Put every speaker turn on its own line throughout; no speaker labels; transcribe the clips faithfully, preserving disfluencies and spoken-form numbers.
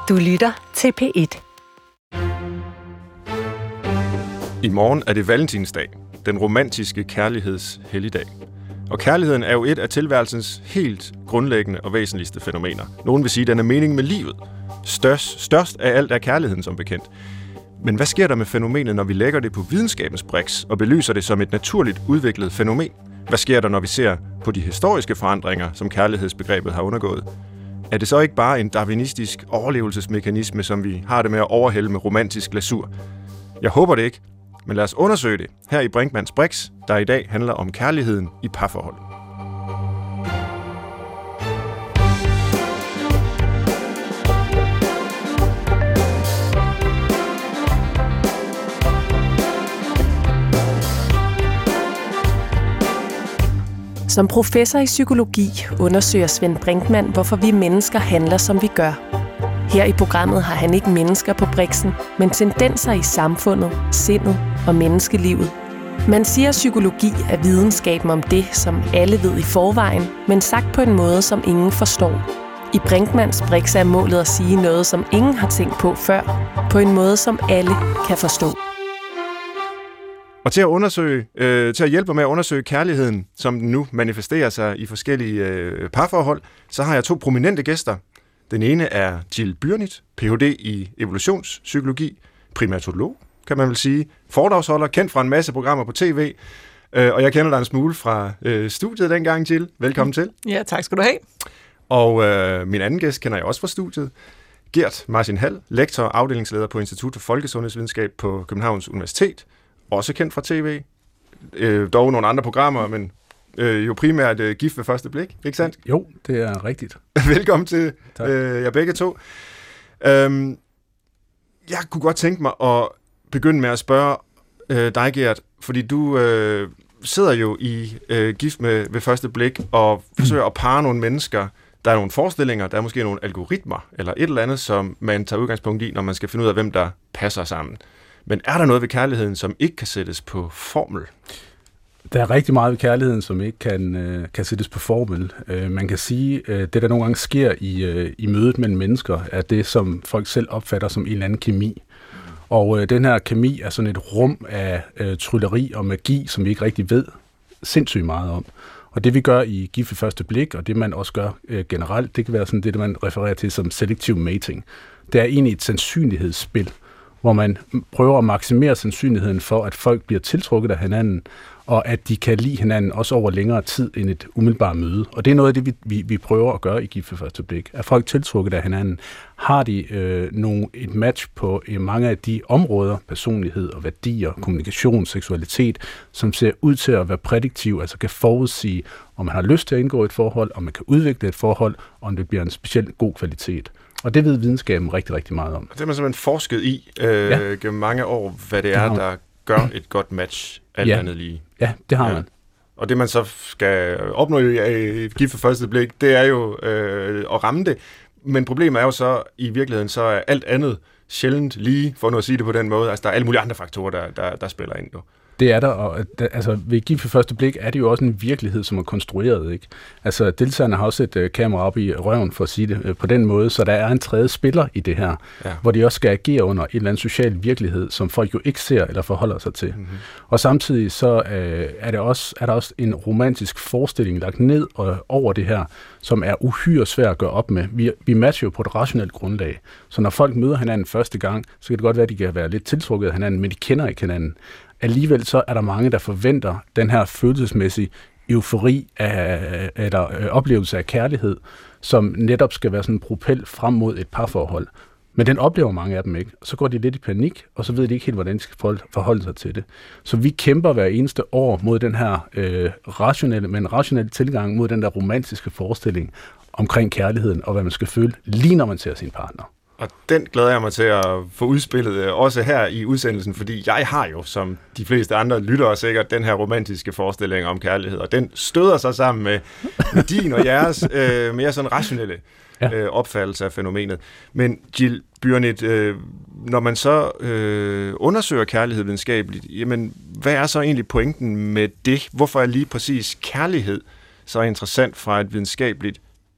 Du lytter til P et.
I morgen er det valentinsdag, den romantiske kærligheds helligdag. Og kærligheden er jo et af tilværelsens helt grundlæggende og væsentligste fænomener. Nogen vil sige, at den er mening med livet. Størst, størst af alt er kærligheden som bekendt. Men hvad sker der med fænomenet, når vi lægger det på videnskabens briks og belyser det som et naturligt udviklet fænomen? Hvad sker der, når vi ser på de historiske forandringer, som kærlighedsbegrebet har undergået? Er det så ikke bare en darwinistisk overlevelsesmekanisme, som vi har det med at overhælde med romantisk glasur? Jeg håber det ikke, men lad os undersøge det her i Brinkmanns Brix, der i dag handler om kærligheden i parforhold.
Som professor i psykologi undersøger Svend Brinkmann, hvorfor vi mennesker handler, som vi gør. Her i programmet har han ikke mennesker på briksen, men tendenser i samfundet, sindet og menneskelivet. Man siger, at psykologi er videnskaben om det, som alle ved i forvejen, men sagt på en måde, som ingen forstår. I Brinkmanns Brix er målet at sige noget, som ingen har tænkt på før, på en måde, som alle kan forstå.
Og til at, undersøge, øh, til at hjælpe med at undersøge kærligheden, som den nu manifesterer sig i forskellige øh, parforhold, så har jeg to prominente gæster. Den ene er Jill Byrnit, P H D i evolutionspsykologi, primatolog, kan man vel sige, foredragsholder, kendt fra en masse programmer på tv, øh, og jeg kender dig en smule fra øh, studiet dengang, Jill. Velkommen til.
Ja, tak skal du have.
Og øh, min anden gæst kender jeg også fra studiet, Gert Martin Hall, lektor og afdelingsleder på Institut for Folkesundhedsvidenskab på Københavns Universitet, også kendt fra tv, øh, dog nogle andre programmer, men øh, jo primært øh, Gift ved første blik, ikke sandt?
Jo, det er rigtigt.
Velkommen til øh, jer begge to. Øhm, jeg kunne godt tænke mig at begynde med at spørge øh, dig, Gert, fordi du øh, sidder jo i øh, Gift med ved første blik og forsøger at parre nogle mennesker. Der er nogle forestillinger, der er måske nogle algoritmer eller et eller andet, som man tager udgangspunkt i, når man skal finde ud af, hvem der passer sammen. Men er der noget ved kærligheden, som ikke kan sættes på formel?
Der er rigtig meget ved kærligheden, som ikke kan, øh, kan sættes på formel. Øh, man kan sige, øh, det der nogle gange sker i, øh, i mødet mellem mennesker, er det, som folk selv opfatter som en eller anden kemi. Og øh, den her kemi er sådan et rum af øh, trylleri og magi, som vi ikke rigtig ved sindssygt meget om. Og det vi gør i Gift ved første blik, og det man også gør øh, generelt, det kan være sådan det, man refererer til som selective mating. Det er egentlig et sandsynlighedsspil, hvor man prøver at maksimere sandsynligheden for, at folk bliver tiltrukket af hinanden, og at de kan lide hinanden også over længere tid end et umiddelbart møde. Og det er noget af det, vi, vi, vi prøver at gøre i Gift ved første blik. Er folk tiltrukket af hinanden? Har de øh, nogle, et match på øh, mange af de områder, personlighed og værdier, kommunikation, seksualitet, som ser ud til at være prædiktiv, altså kan forudsige, om man har lyst til at indgå et forhold, om man kan udvikle et forhold, og om det bliver en specielt god kvalitet. Og det ved videnskaben rigtig, rigtig meget om.
Det har man simpelthen forsket i øh, ja. gennem mange år, hvad det er, der gør et godt match, alt
ja.
andet lige.
Ja, det har ja. man.
Og det, man så skal opnå i Gift ved første blik, det er jo øh, at ramme det. Men problemet er jo så, i virkeligheden, så er alt andet sjældent lige, for nu at sige det på den måde. Altså, der er alle mulige andre faktorer, der, der, der spiller ind nu.
Det er der, og altså, ved Gift ved første blik er det jo også en virkelighed, som er konstrueret, ikke? Altså, deltagerne har også et uh, kamera op i røven, for at sige det uh, på den måde, så der er en tredje spiller i det her, ja. hvor de også skal agere under en eller anden social virkelighed, som folk jo ikke ser eller forholder sig til. Mm-hmm. Og samtidig så uh, er, det også, er der også en romantisk forestilling lagt ned uh, over det her, som er uhyre svært at gøre op med. Vi, vi matcher jo på et rationelt grundlag, så når folk møder hinanden første gang, så kan det godt være, at de kan være lidt tiltrukket af hinanden, men de kender ikke hinanden. Alligevel så er der mange, der forventer den her følelsesmæssige eufori af, eller øh, oplevelse af kærlighed, som netop skal være sådan en propel frem mod et parforhold. Men den oplever mange af dem ikke. Så går de lidt i panik, og så ved de ikke helt, hvordan de skal forholde sig til det. Så vi kæmper hver eneste år mod den her øh, rationelle, men rationelle tilgang mod den der romantiske forestilling omkring kærligheden, og hvad man skal føle, lige når man ser sin partner.
Og den glæder jeg mig til at få udspillet også her i udsendelsen, fordi jeg har jo, som de fleste andre lyttere sikkert, den her romantiske forestilling om kærlighed, og den støder sig sammen med, med din og jeres øh, mere sådan rationelle ja. øh, opfattelse af fænomenet. Men Jill Byrnit, øh, når man så øh, undersøger kærlighed videnskabeligt, jamen, hvad er så egentlig pointen med det? Hvorfor er lige præcis kærlighed så interessant fra et videnskabeligt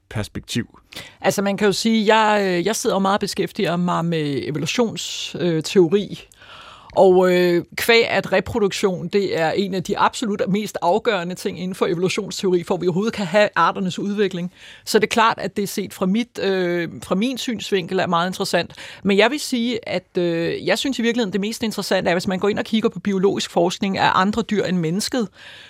perspektiv?
Altså man kan jo sige, jeg, jeg sidder meget og beskæftiger mig med evolutionsteori, og øh, kvæg at reproduktion, det er en af de absolut mest afgørende ting inden for evolutionsteori, for at vi overhovedet kan have arternes udvikling. Så det er klart, at det set fra, mit, øh, fra min synsvinkel er meget interessant. Men jeg vil sige, at øh, jeg synes i virkeligheden, det mest interessante er, hvis man går ind og kigger på biologisk forskning af andre dyr end mennesket,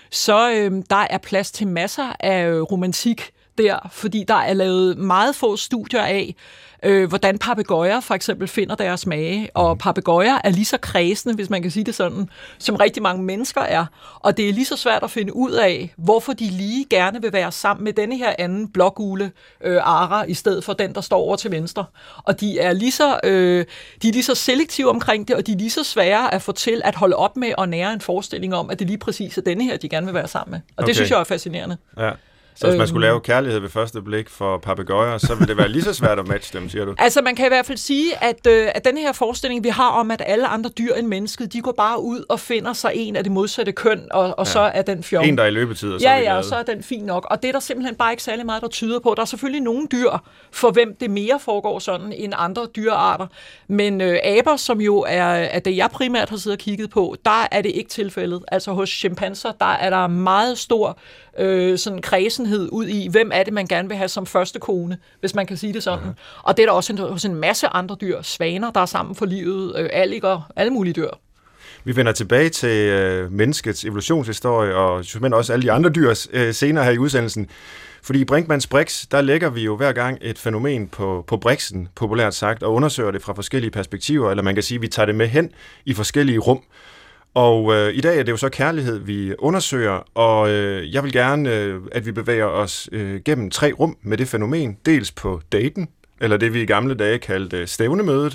så øh, der er plads til masser af romantik der, fordi der er lavet meget få studier af, øh, hvordan papegøjer for eksempel finder deres mage, og papegøjer er lige så kredsende, hvis man kan sige det sådan, som rigtig mange mennesker er, og det er lige så svært at finde ud af, hvorfor de lige gerne vil være sammen med denne her anden blågule øh, ara, i stedet for den, der står over til venstre. Og de er lige så, øh, de er lige så selektive omkring det, og de er lige så svære at få til at holde op med at nære en forestilling om, at det lige præcis er denne her, de gerne vil være sammen med. Og okay. Det synes jeg er fascinerende.
Ja. Så hvis man skulle lave kærlighed ved første blik for papegøjer, så vil det være lige så svært at matche dem, siger du?
Altså, man kan i hvert fald sige, at, øh, at den her forestilling, vi har om, at alle andre dyr end mennesket, de går bare ud og finder sig en af det modsatte køn, og, og ja. så er den fjong.
En, der er i løbetid, og så
ja,
er vi
ja,
glade.
og så er den fin nok. Og det er der simpelthen bare ikke særlig meget, der tyder på. Der er selvfølgelig nogle dyr, for hvem det mere foregår sådan end andre dyrearter. Men øh, aber, som jo er, er det, jeg primært har siddet og kigget på, der er det ikke tilfældet. Altså hos chimpanser, der er der meget stor øh, sådan kredsenhed ud i, hvem er det, man gerne vil have som første kone, hvis man kan sige det sådan. Ja. Og det er der også en, hos en masse andre dyr. Svaner, der er sammen for livet, øh, alliger, alle mulige dyr.
Vi vender tilbage til øh, menneskets evolutionshistorie, og men også alle de andre dyr øh, senere her i udsendelsen. Fordi i Brinkmanns Brix, der lægger vi jo hver gang et fænomen på, på briksen, populært sagt, og undersøger det fra forskellige perspektiver, eller man kan sige, at vi tager det med hen i forskellige rum. Og øh, i dag er det jo så kærlighed, vi undersøger, og øh, jeg vil gerne, øh, at vi bevæger os øh, gennem tre rum med det fænomen. Dels på daten, eller det vi i gamle dage kaldte stævnemødet.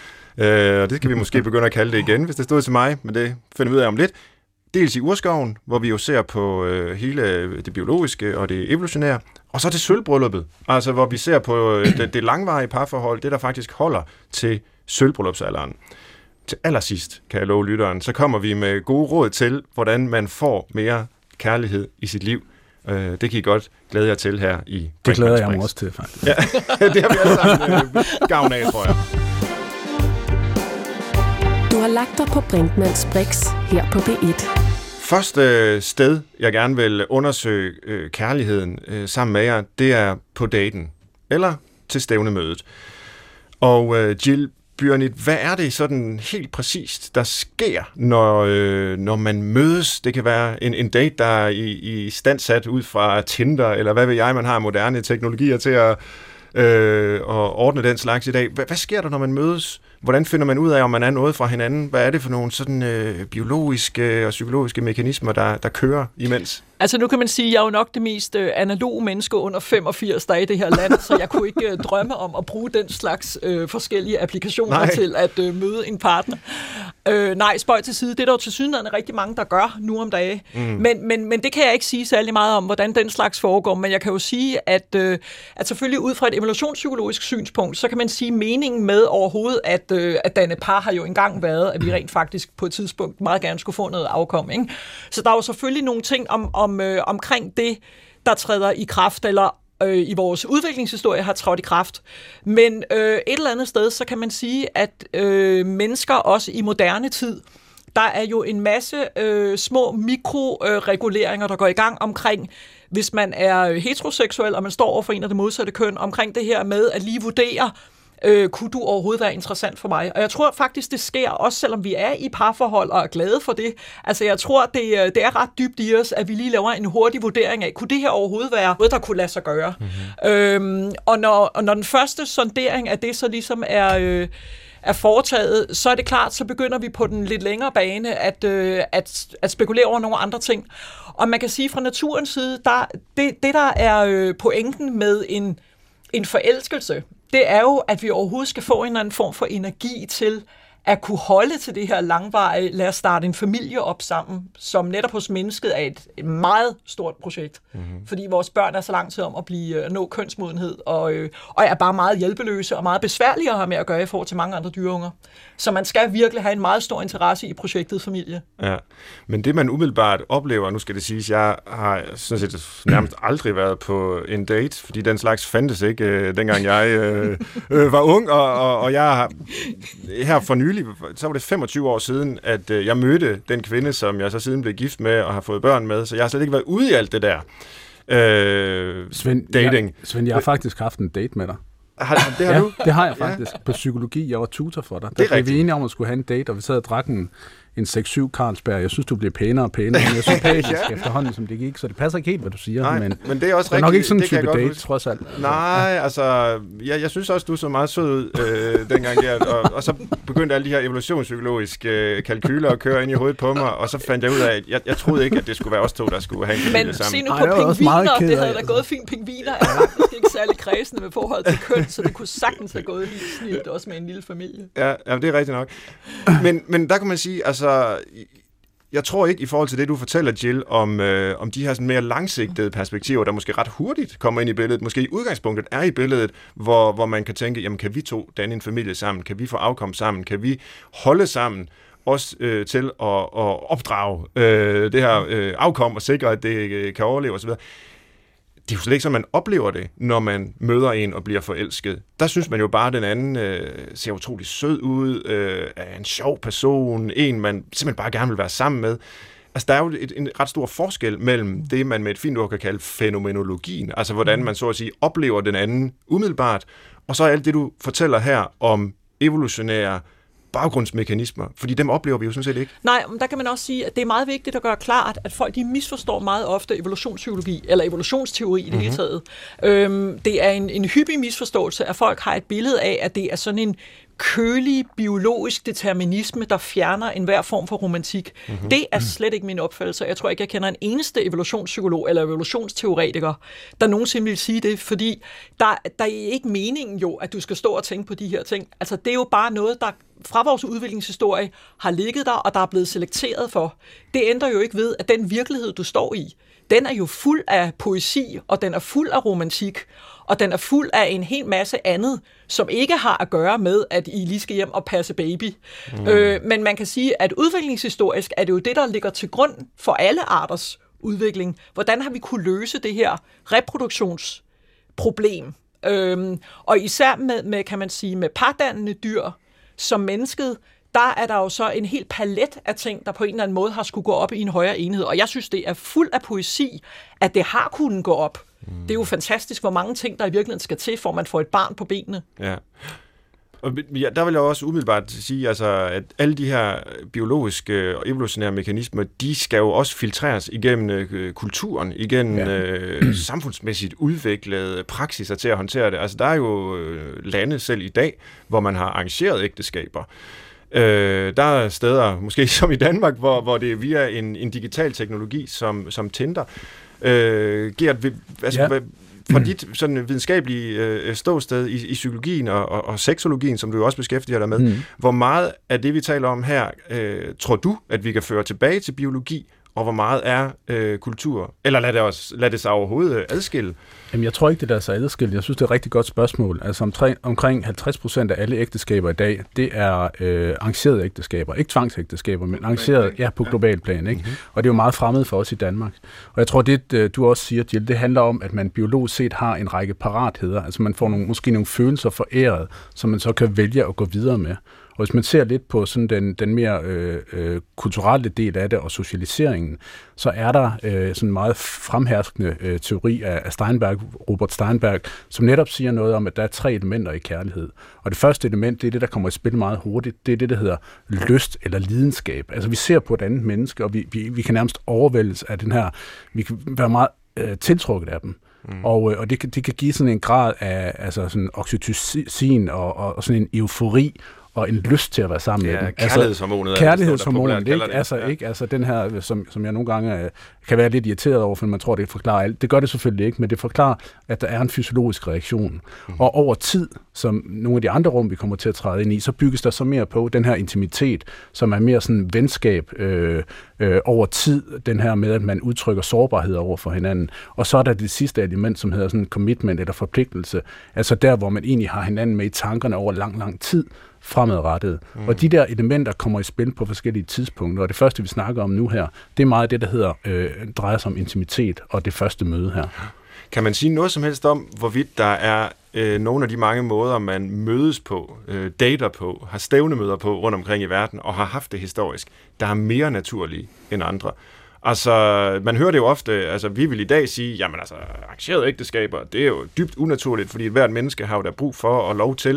Øh, og det skal vi måske begynde at kalde det igen, hvis det stod til mig, men det finder vi ud af om lidt. Dels i urskoven, hvor vi jo ser på øh, hele det biologiske og det evolutionære, og så til sølvbrylluppet, altså hvor vi ser på øh, det, det langvarige parforhold, det der faktisk holder til sølvbryllupsalderen. Til allersidst, kan jeg love lytteren, så kommer vi med gode råd til, hvordan man får mere kærlighed i sit liv. Øh, det kan I godt glæde jer til her i Brinkmanns Brix.
Det glæder jeg mig også til, faktisk.
Ja, det har vi alle sammen øh, gavn af, tror jeg.
Du har lagt dig på Brinkmanns Brix her på B et.
Første sted, jeg gerne vil undersøge øh, kærligheden øh, sammen med jer, det er på daten, eller til stævnemødet. Og øh, Jill Bjørnit, hvad er det sådan helt præcist, der sker, når, øh, når man mødes? Det kan være en, en date, der er i, i standsat ud fra Tinder, eller hvad ved jeg, man har moderne teknologier til at, øh, at ordne den slags i dag. Hvad, hvad sker der, når man mødes? Hvordan finder man ud af, om man er noget fra hinanden? Hvad er det for nogle sådan øh, biologiske og psykologiske mekanismer, der, der kører imens?
Altså nu kan man sige, at jeg er jo nok det mest øh, analoge menneske under femogfirs, der er i det her land, så jeg kunne ikke øh, drømme om at bruge den slags øh, forskellige applikationer nej. til at øh, møde en partner. Øh, nej, spøj til side. Det er der jo tilsyneladende rigtig mange, der gør nu om dagen. Mm. Men, men, men det kan jeg ikke sige særlig meget om, hvordan den slags foregår. Men jeg kan jo sige, at, øh, at selvfølgelig ud fra et evolutionspsykologisk synspunkt, så kan man sige, at meningen med overhovedet, at, øh, at danne par har jo engang været, at vi rent faktisk på et tidspunkt meget gerne skulle få noget afkom. Ikke? Så der er jo selvfølgelig nogle ting om, om, øh, omkring det, der træder i kraft, eller øh, i vores udviklingshistorie har trådt i kraft. Men øh, et eller andet sted, så kan man sige, at øh, mennesker også i moderne tid, der er jo en masse øh, små mikroreguleringer, der går i gang omkring, hvis man er heteroseksuel, og man står over for en af det modsatte køn, omkring det her med at lige vurdere, Øh, kunne du overhovedet være interessant for mig? Og jeg tror faktisk, det sker, også selvom vi er i parforhold og er glade for det. Altså, jeg tror, det, det er ret dybt i os, at vi lige laver en hurtig vurdering af, kunne det her overhovedet være noget, der kunne lade sig gøre? Mm-hmm. Øhm, og, når, og når den første sondering af det så ligesom er... Øh, er foretaget, så er det klart, så begynder vi på den lidt længere bane at, øh, at, at spekulere over nogle andre ting. Og man kan sige, fra naturens side, der, det, det der er øh, pointen med en, en forelskelse, det er jo, at vi overhovedet skal få en eller anden form for energi til at kunne holde til det her langvarige, lad os starte en familie op sammen, som netop hos mennesket er et meget stort projekt. Mm-hmm. Fordi vores børn er så lang tid om at blive, nå kønsmodenhed, og, øh, og er bare meget hjælpeløse og meget besværlige at have med at gøre i forhold til mange andre dyreunger. Så man skal virkelig have en meget stor interesse i projektet familie.
Ja, men det man umiddelbart oplever, nu skal det siges, jeg har sådan set nærmest aldrig været på en date, fordi den slags fandtes ikke, øh, dengang jeg øh, øh, var ung, og, og, og jeg har her for nylig, så var det femogtyve år siden, at øh, jeg mødte den kvinde, som jeg så siden blev gift med og har fået børn med, så jeg har slet ikke været ude i alt det der øh,
Svend,
dating.
Jeg, Svend, jeg har faktisk haft en date med dig.
Har, det har
ja,
du?
det har jeg faktisk. Ja. På psykologi, jeg var tutor for dig. Der blev vi enige om at skulle have en date, og vi sad og drak en, en seks syv Carlsberg. Jeg synes, du bliver pænere og pænere, men jeg sympatisk ja. efterhånden, som det gik. Så det passer ikke helt, hvad du siger.
Nej,
men,
men det er også
det er nok ikke sådan en type date,
huske.
trods alt.
Nej, ja. altså, jeg, jeg synes også, du så meget sød ud øh, dengang der, og, og så begyndte alle de her evolutionspsykologiske øh, kalkyler at køre ind i hovedet på mig, og så fandt jeg ud af, at jeg, jeg troede ikke, at det skulle være os to, der skulle have en familie sammen.
Men se nu på pingviner, det havde da gået fint. Pingviner er faktisk ikke særlig kredsende med forhold til køn, så det kunne sagtens have gået helt snilt, også med en lille familie.
Ja, ja, det er rigtigt nok. Men, men der kan man sige, altså, jeg tror ikke i forhold til det, du fortæller, Jill, om, øh, om de her sådan mere langsigtede perspektiver, der måske ret hurtigt kommer ind i billedet, måske i udgangspunktet er i billedet, hvor, hvor man kan tænke, jamen kan vi to danne en familie sammen, kan vi få afkom sammen, kan vi holde sammen, også øh, til at, at opdrage øh, det her øh, afkom og sikre, at det øh, kan overleve osv. Det er jo slet ikke sådan, man oplever det, når man møder en og bliver forelsket. Der synes man jo bare, at den anden øh, ser utrolig sød ud, øh, er en sjov person, en man simpelthen bare gerne vil være sammen med. Altså, der er jo et, en ret stor forskel mellem det, man med et fint ord kan kalde fænomenologien, altså hvordan man så at sige oplever den anden umiddelbart, og så alt det, du fortæller her om evolutionære baggrundsmekanismer, fordi dem oplever vi jo sådan set ikke.
Nej, men der kan man også sige, at det er meget vigtigt at gøre klart, at folk de misforstår meget ofte evolutionspsykologi, eller evolutionsteori i det mm-hmm. hele taget. Øhm, det er en, en hyppig misforståelse, at folk har et billede af, at det er sådan en kølig, biologisk determinisme, der fjerner enhver form for romantik. Mm-hmm. Det er slet ikke min opfattelse. Jeg tror ikke, jeg kender en eneste evolutionspsykolog eller evolutionsteoretiker, der nogensinde vil sige det, fordi der, der er ikke meningen jo, at du skal stå og tænke på de her ting. Altså, det er jo bare noget, der fra vores udviklingshistorie har ligget der, og der er blevet selekteret for. Det ændrer jo ikke ved, at den virkelighed, du står i, den er jo fuld af poesi, og den er fuld af romantik, og den er fuld af en hel masse andet, som ikke har at gøre med, at I lige skal hjem og passe baby. Mm. Øh, men man kan sige, at udviklingshistorisk er det jo det, der ligger til grund for alle arters udvikling. Hvordan har vi kunne løse det her reproduktionsproblem? Øhm, og især med, med, kan man sige, med pardannende dyr som mennesket, der er der jo så en hel palet af ting, der på en eller anden måde har skulle gå op i en højere enhed. Og jeg synes, det er fuld af poesi, at det har kunnet gå op. Mm. Det er jo fantastisk, hvor mange ting, der i virkeligheden skal til, for man får et barn på benene. Ja.
Og ja, der vil jeg også umiddelbart sige, altså, at alle de her biologiske og evolutionære mekanismer, de skal jo også filtreres igennem øh, kulturen, igennem ja. øh, samfundsmæssigt udviklede praksiser til at håndtere det. Altså, der er jo øh, lande selv i dag, hvor man har arrangeret ægteskaber. Øh, der er steder, måske som i Danmark, hvor, hvor det er via en, en digital teknologi som, som Tinder. Øh, Gert, altså, ja. fra dit sådan videnskabelige øh, ståsted i, i psykologien og, og, og seksologien, som du jo også beskæftiger dig med, mm. hvor meget af det, vi taler om her, øh, tror du, at vi kan føre tilbage til biologi, og hvor meget er øh, kultur? Eller lad det, også, lad det sig overhovedet adskille?
Jamen, jeg tror ikke, det der er så adskilt. Jeg synes, det er et rigtig godt spørgsmål. Altså omkring, omkring halvtreds procent af alle ægteskaber i dag, det er øh, arrangerede ægteskaber. Ikke tvangsægteskaber, men arrangerede ja, på global plan. Ikke? Mm-hmm. Og det er jo meget fremmed for os i Danmark. Og jeg tror, det du også siger, Jill, det handler om, at man biologisk set har en række paratheder. Altså man får nogle, måske nogle følelser foræret, som man så kan vælge at gå videre med. Og hvis man ser lidt på sådan den, den mere øh, øh, kulturelle del af det og socialiseringen, så er der øh, sådan en meget fremherskende øh, teori af, af Steinberg, Robert Steinberg, som netop siger noget om, at der er tre elementer i kærlighed. Og det første element, det er det, der kommer i spil meget hurtigt. Det er det, der hedder lyst eller lidenskab. Altså vi ser på et andet menneske, og vi, vi, vi kan nærmest overvældes af den her, vi kan være meget øh, tiltrukket af dem. Mm. Og, og det, kan, det kan give sådan en grad af altså sådan oxytocin og, og, og sådan en eufori, og en lyst til at være sammen
ja,
med dem.
Kærlighedshormonet.
Altså, kærlighedshormonet, ikke? Altså, ja. ikke? Altså, den her, som, som jeg nogle gange uh, kan være lidt irriteret over, for man tror, det forklarer alt. Det gør det selvfølgelig ikke, men det forklarer, at der er en fysiologisk reaktion. Mm. Og over tid, som nogle af de andre rum, vi kommer til at træde ind i, så bygges der så mere på den her intimitet, som er mere sådan venskab øh, øh, over tid, den her med, at man udtrykker sårbarhed over for hinanden. Og så er der det sidste element, som hedder sådan commitment eller forpligtelse, altså der, hvor man egentlig har hinanden med i tankerne over lang, lang tid fremadrettet. Mm. Og de der elementer kommer i spil på forskellige tidspunkter, og det første, vi snakker om nu her, det er meget det, der hedder, øh, drejer sig om intimitet og det første møde her.
Kan man sige noget som helst om, hvorvidt der er øh, nogle af de mange måder, man mødes på, øh, dater på, har stævnemøder på rundt omkring i verden, og har haft det historisk, der er mere naturlige end andre? Altså, man hører det jo ofte, altså vi vil i dag sige, jamen altså, arrangerede ægteskaber, det er jo dybt unaturligt, fordi hvert menneske har jo der brug for og lov til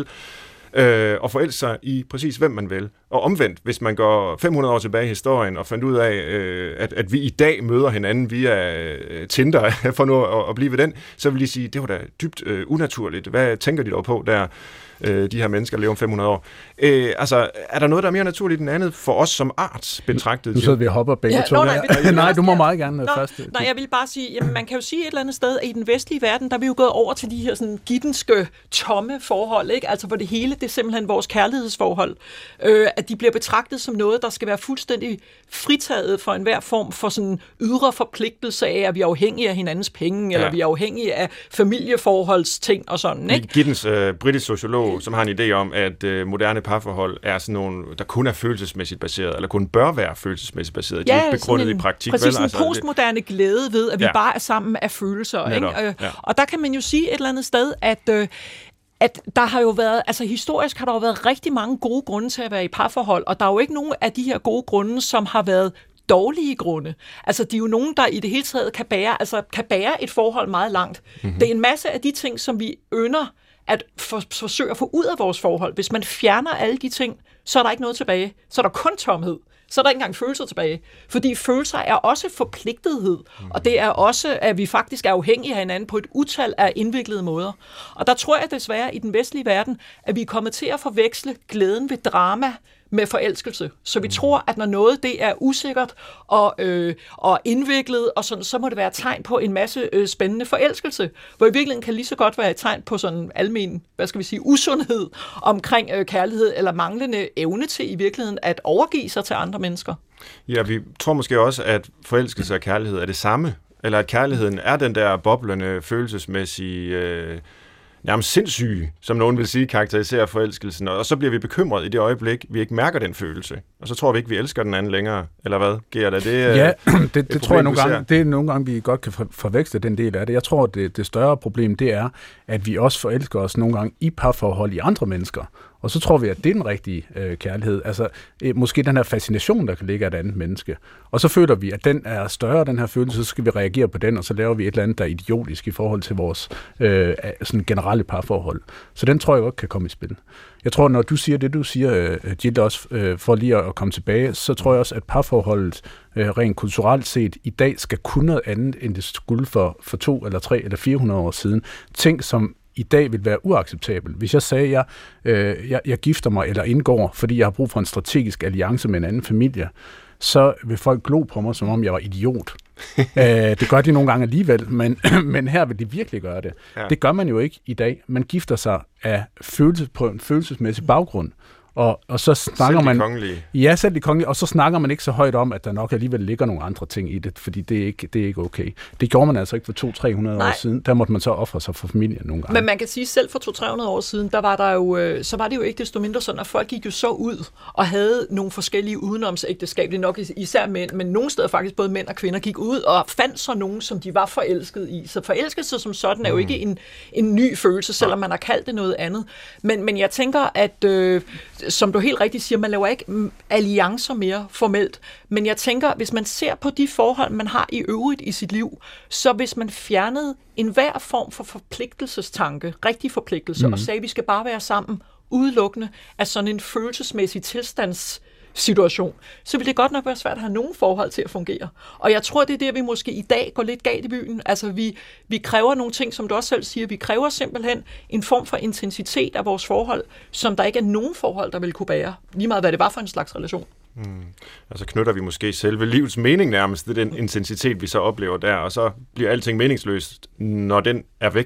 øh, at forelske sig i præcis hvem man vil. Og omvendt, hvis man går fem hundrede år tilbage i historien og fandt ud af, øh, at, at vi i dag møder hinanden via øh, Tinder, for nu at, at blive ved den, så vil de sige, det var da dybt øh, unaturligt. Hvad tænker de dog på, der øh, de her mennesker lever om fem hundrede år? Øh, altså, er der noget, der er mere naturligt end andet for os som art betragtet?
Nu sidder vi og hopper begge
ja,
to.
Nå, nej,
nej, nej, du må meget gerne nå, først.
Nej, jeg vil bare sige, jamen, man kan jo sige et eller andet sted, at i den vestlige verden, der er vi jo gået over til de her sådan gittenske, tomme forhold, ikke? Altså, hvor det hele, det er simpelthen vores kærlighedsforhold. Øh, at de bliver betragtet som noget, der skal være fuldstændig fritaget for enhver form for sådan ydre forpligtelse af, at vi er afhængige af hinandens penge, ja. Eller vi er afhængige af familieforholdsting og sådan, ikke?
Gittens øh, britisk sociolog, som har en idé om, at øh, moderne parforhold er sådan nogle, der kun er følelsesmæssigt baseret, eller kun bør være følelsesmæssigt baseret. De
ja,
er ikke begrundet
en,
i praktik.
Præcis,
vel?
en
altså,
postmoderne glæde ved, at vi ja. bare er sammen af følelser, ikke? Ja. Og der kan man jo sige et eller andet sted, at øh, at der har jo været, altså historisk har der jo været rigtig mange gode grunde til at være i parforhold, og der er jo ikke nogen af de her gode grunde, som har været dårlige grunde. Altså, de er jo nogen, der i det hele taget kan bære, altså, kan bære et forhold meget langt. Mm-hmm. Det er en masse af de ting, som vi ynder at for, forsøge at få ud af vores forhold. Hvis man fjerner alle de ting, så er der ikke noget tilbage. Så er der kun tomhed. Så er der ikke engang følelser tilbage. Fordi følelser er også forpligtethed, mm. og det er også, at vi faktisk er afhængige af hinanden på et utal af indviklede måder. Og der tror jeg desværre i den vestlige verden, at vi er kommet til at forveksle glæden ved drama med forelskelse. Så vi mm. tror, at når noget det er usikkert og, øh, og indviklet, og sådan, så må det være et tegn på en masse øh, spændende forelskelse, hvor i virkeligheden kan lige så godt være et tegn på sådan almen, hvad skal vi sige, usundhed omkring øh, kærlighed, eller manglende evne til i virkeligheden at overgive sig til andre mennesker.
Ja, vi tror måske også, at forelskelse og kærlighed er det samme, eller at kærligheden er den der boblende, følelsesmæssige øh, nærmest sindssyge, som nogen vil sige, karakteriserer forelskelsen, og så bliver vi bekymret i det øjeblik, vi ikke mærker den følelse. Og så tror vi ikke, vi elsker den anden længere, eller hvad? Gert, er det
ja, det, det problem, tror jeg nogle gange, det er nogle gange, vi godt kan forveksle den del af det. Jeg tror, det, det større problem, det er, at vi også forelsker os nogle gange i parforhold i andre mennesker. Og så tror vi, at det er den rigtige øh, kærlighed. Altså, øh, måske den her fascination, der kan ligge af et andet menneske. Og så føler vi, at den er større, den her følelse, så skal vi reagere på den, og så laver vi et eller andet, der er idiotisk i forhold til vores øh, sådan generelle parforhold. Så den tror jeg godt kan komme i spil. Jeg tror, når du siger det, du siger, øh, Gitte, også øh, for lige at, at komme tilbage, så tror jeg også, at parforholdet øh, rent kulturelt set i dag skal kunne noget andet, end det skulle for, for to eller tre eller fire hundrede år siden. Ting, som i dag vil være uacceptabel. Hvis jeg sagde, at jeg, øh, jeg, jeg gifter mig eller indgår, fordi jeg har brug for en strategisk alliance med en anden familie, så vil folk glo på mig, som om jeg var idiot. Æh, det gør de nogle gange alligevel, men, men her vil de virkelig gøre det. Ja. Det gør man jo ikke i dag. Man gifter sig af følelse, på en følelsesmæssig baggrund. Og, og så snakker man...
kongelige.
Ja, selv de kongelige. Og så snakker man ikke så højt om, at der nok alligevel ligger nogle andre ting i det, fordi det er ikke, det er ikke okay. Det gjorde man altså ikke for to til tre hundrede år siden. Der måtte man så ofre sig for familien nogle gange.
Men man kan sige, selv for to til tre hundrede år siden, der var der jo, så var det jo ikke desto mindre sådan, at folk gik jo så ud og havde nogle forskellige udenomsægteskab. Det er nok især mænd, men nogle steder faktisk både mænd og kvinder gik ud og fandt så nogen, som de var forelsket i. Så forelskelse som sådan er jo ikke en, en ny følelse, selvom man har kaldt det noget andet. Men, men jeg tænker, at øh, som du helt rigtigt siger, man laver ikke alliancer mere formelt, men jeg tænker, hvis man ser på de forhold, man har i øvrigt i sit liv, så hvis man fjernede enhver form for forpligtelsestanke, rigtig forpligtelse, mm. og sagde, at vi skal bare være sammen udelukkende af sådan en følelsesmæssig tilstands situation, så vil det godt nok være svært at have nogen forhold til at fungere. Og jeg tror, det er der, vi måske i dag går lidt galt i byen. Altså, vi, vi kræver nogle ting, som du også selv siger, vi kræver simpelthen en form for intensitet af vores forhold, som der ikke er nogen forhold, der vil kunne bære. Lige meget, hvad det var for en slags relation.
Hmm. Og så knytter vi måske selve livets mening nærmest, det er den intensitet, vi så oplever der, og så bliver alting meningsløst, når den er væk.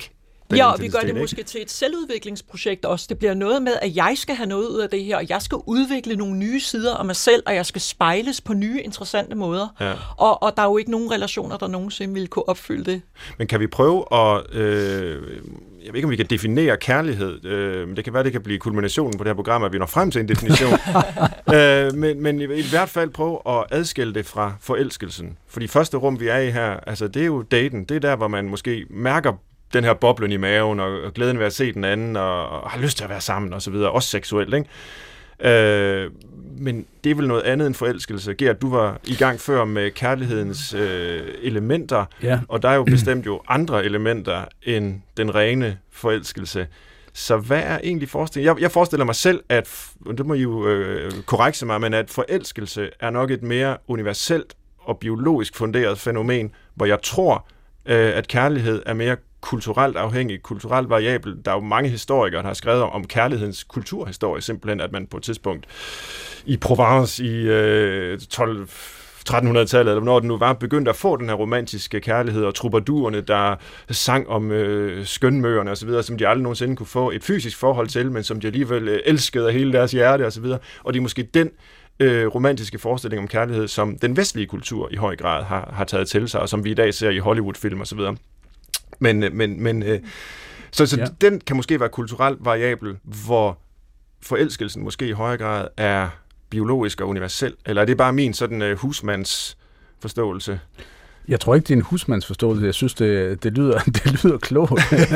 Ja, og vi gør det måske ikke? til et selvudviklingsprojekt også. Det bliver noget med, at jeg skal have noget ud af det her, og jeg skal udvikle nogle nye sider af mig selv, og jeg skal spejles på nye, interessante måder. Ja. Og, og der er jo ikke nogen relationer, der nogensinde ville kunne opfylde det.
Men kan vi prøve at... Øh, jeg ved ikke, om vi kan definere kærlighed, øh, men det kan være, det kan blive kulminationen på det her program, at vi når frem til en definition. øh, men, men i, i hvert fald prøve at adskille det fra forelskelsen. Fordi første rum, vi er i her, altså det er jo daten. Det er der, hvor man måske mærker den her boblen i maven, og, og glæden ved at se den anden, og, og har lyst til at være sammen, og så videre. Også seksuelt, ikke? Øh, men det er vel noget andet end forelskelse. Gert, du var i gang før med kærlighedens øh, elementer, ja. Og der er jo bestemt jo andre elementer end den rene forelskelse. Så hvad er egentlig forestillingen? Jeg, jeg forestiller mig selv, at, det må I jo øh, korrekse mig, men at forelskelse er nok et mere universelt og biologisk funderet fænomen, hvor jeg tror, øh, at kærlighed er mere kulturelt afhængig, kulturelt variabel. Der er jo mange historikere, der har skrevet om kærlighedens kulturhistorie, simpelthen, at man på et tidspunkt i Provence i øh, tolv trettenhundredetallet, eller hvornår den nu var, begyndte at få den her romantiske kærlighed, og troubadourerne, der sang om øh, skønmøerne osv., som de aldrig nogensinde kunne få et fysisk forhold til, men som de alligevel øh, elskede af hele deres hjerte osv. Og det er måske den øh, romantiske forestilling om kærlighed, som den vestlige kultur i høj grad har, har taget til sig, og som vi i dag ser i Hollywood-film osv. Men, men, men øh, så, så ja. Den kan måske være kulturelt variabel, hvor forelskelsen måske i højere grad er biologisk og universel, eller er det bare min sådan uh, husmands forståelse?
Jeg tror ikke, det er en husmandsforståelse. Jeg synes, det, det, lyder, det lyder klogt.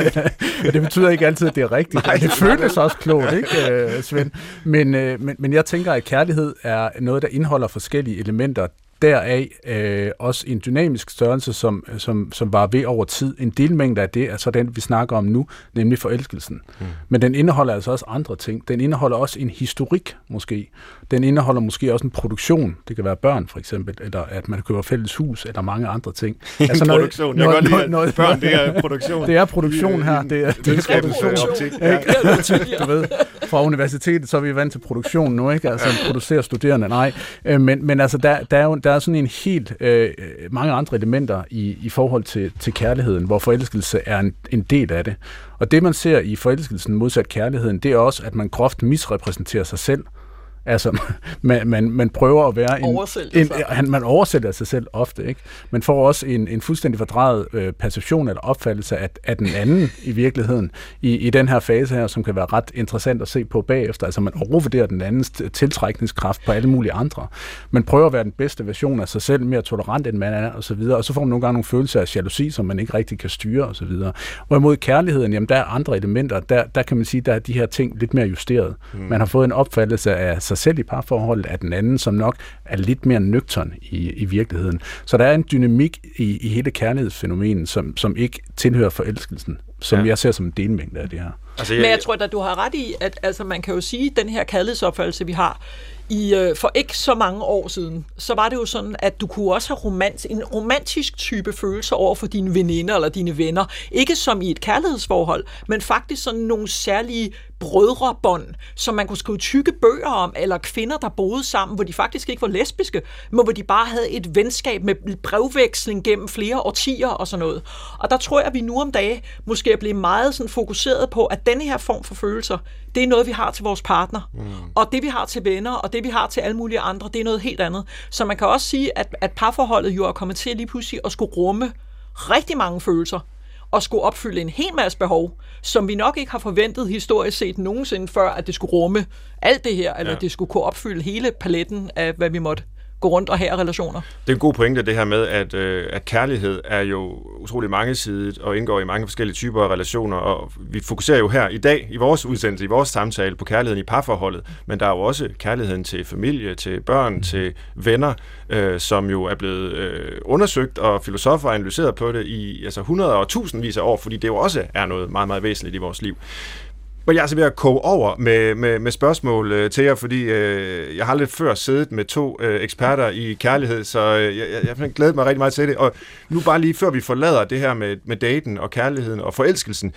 Men det betyder ikke altid, at det er rigtigt. Nej, det føles også klogt, ikke, Svend? Men, men, men jeg tænker, at kærlighed er noget, der indeholder forskellige elementer. Deraf øh, også en dynamisk størrelse, som, som, som var ved over tid. En delmængde af det er så den, vi snakker om nu, nemlig forelskelsen. Mm. Men den indeholder altså også andre ting. Den indeholder også en historik, måske. Den indeholder måske også en produktion. Det kan være børn, for eksempel, eller at man køber fælles hus, eller mange andre ting.
En altså noget, produktion. Jeg noget, kan godt lide, noget, børn, det er produktion.
Det er produktion her. Det er, det er produktion. Ja. Du ved, fra universitetet, så er vi vant til produktion nu, ikke? Altså, producerer studerende, nej. Men, men altså, der, der er jo der er sådan en helt øh, mange andre elementer i, i forhold til, til kærligheden, hvor forelskelse er en, en del af det. Og det, man ser i forelskelsen modsat kærligheden, det er også, at man groft misrepræsenterer sig selv. Altså, man, man, man prøver at være en... en han, man oversætter sig selv ofte, ikke? Man får også en, en fuldstændig fordrejet øh, perception eller opfattelse af, af den anden i virkeligheden, i, i den her fase her, som kan være ret interessant at se på bagefter. Altså, man overvurderer den andens tiltrækningskraft på alle mulige andre. Man prøver at være den bedste version af sig selv, mere tolerant end man er, og så videre. Og så får man nogle gange nogle følelser af jalousi, som man ikke rigtig kan styre, og så videre. Hvorimod kærligheden, jamen, der er andre elementer. Der, der kan man sige, der er de her ting lidt mere justeret. Mm. Man har fået en opfattelse af sig selv i parforholdet af den anden, som nok er lidt mere nøgtern i, i virkeligheden. Så der er en dynamik i, i hele kærlighedsfænomenen, som, som ikke tilhører forelskelsen, som ja. jeg ser som en delmængde af det her.
Altså, jeg, Men jeg tror at du har ret i, at altså, man kan jo sige, at den her kærlighedsopfattelse, vi har, I, øh, for ikke så mange år siden, så var det jo sådan, at du kunne også have romant, en romantisk type følelse over for dine veninder eller dine venner. Ikke som i et kærlighedsforhold, men faktisk sådan nogle særlige brødrebånd, som man kunne skrive tykke bøger om, eller kvinder, der boede sammen, hvor de faktisk ikke var lesbiske, men hvor de bare havde et venskab med brevveksling gennem flere årtier og sådan noget. Og der tror jeg, at vi nu om dage måske er blevet meget sådan fokuseret på, at denne her form for følelser, det er noget, vi har til vores partner. Mm. Og det, vi har til venner, og det, vi har til alle mulige andre, det er noget helt andet. Så man kan også sige, at, at parforholdet jo er kommet til lige pludselig at skulle rumme rigtig mange følelser, og skulle opfylde en hel masse behov, som vi nok ikke har forventet historisk set nogensinde før, at det skulle rumme alt det her, eller ja. det skulle kunne opfylde hele paletten af, hvad vi måtte gå rundt og have relationer.
Det er en god pointe, det her med, at, øh, at kærlighed er jo utrolig mangesidet og indgår i mange forskellige typer af relationer, og vi fokuserer jo her i dag, i vores udsendelse, i vores samtale, på kærligheden i parforholdet, men der er jo også kærligheden til familie, til børn, mm. til venner, øh, som jo er blevet øh, undersøgt, og filosofer har analyseret på det i altså hundrede og tusindvis af år, fordi det jo også er noget meget, meget væsentligt i vores liv. Men jeg er altså ved at koge over med, med, med spørgsmål øh, til jer, fordi øh, jeg har lidt før siddet med to øh, eksperter i kærlighed, så øh, jeg, jeg har glædet mig rigtig meget til det. Og nu bare lige før vi forlader det her med, med daten og kærligheden og forelskelsen,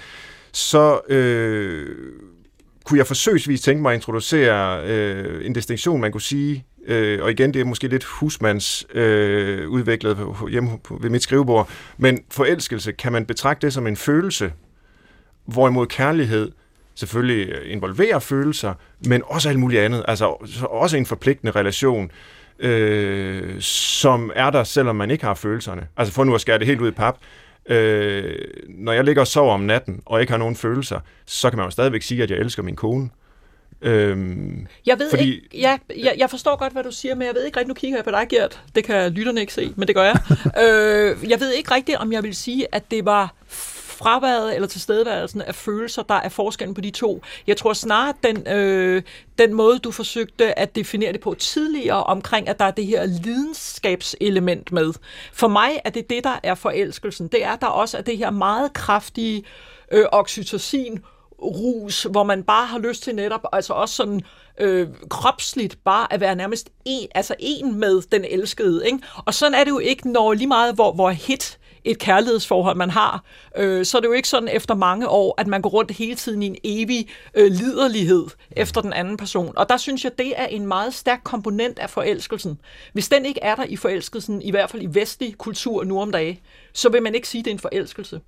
så øh, kunne jeg forsøgsvis tænke mig at introducere øh, en distinktion, man kunne sige, øh, og igen, det er måske lidt husmands øh, udviklet hjemme ved mit skrivebord, men forelskelse, kan man betragte det som en følelse? hvorimod kærlighed selvfølgelig involverer følelser, men også alt muligt andet. Altså også en forpligtende relation, øh, som er der, selvom man ikke har følelserne. Altså for nu at skære det helt ud i pap. Øh, når jeg ligger og sover om natten, og ikke har nogen følelser, så kan man jo stadigvæk sige, at jeg elsker min kone. Øhm,
jeg ved
fordi,
ikke, ja, jeg, jeg forstår godt, hvad du siger, men jeg ved ikke rigtig, nu kigger jeg på dig, Gert. Det kan lytterne ikke se, men det gør jeg. øh, jeg ved ikke rigtigt, om jeg vil sige, at det var fraværet eller tilstedeværelsen af følelser, der er forskellen på de to. Jeg tror snarere, at den, øh, den måde, du forsøgte at definere det på tidligere, omkring, at der er det her lidenskabselement med. For mig er det det, der er forelskelsen. Det er der også er det her meget kraftige øh, oxytocin, rus, hvor man bare har lyst til netop, altså også sådan øh, kropsligt, bare at være nærmest en, altså en med den elskede, ikke? Og sådan er det jo ikke, når lige meget, hvor, hvor hit et kærlighedsforhold man har, øh, så er det jo ikke sådan efter mange år, at man går rundt hele tiden i en evig øh, liderlighed efter den anden person. Og der synes jeg, det er en meget stærk komponent af forelskelsen. Hvis den ikke er der i forelskelsen, i hvert fald i vestlig kultur nu om dagen, så vil man ikke sige, det er en forelskelse.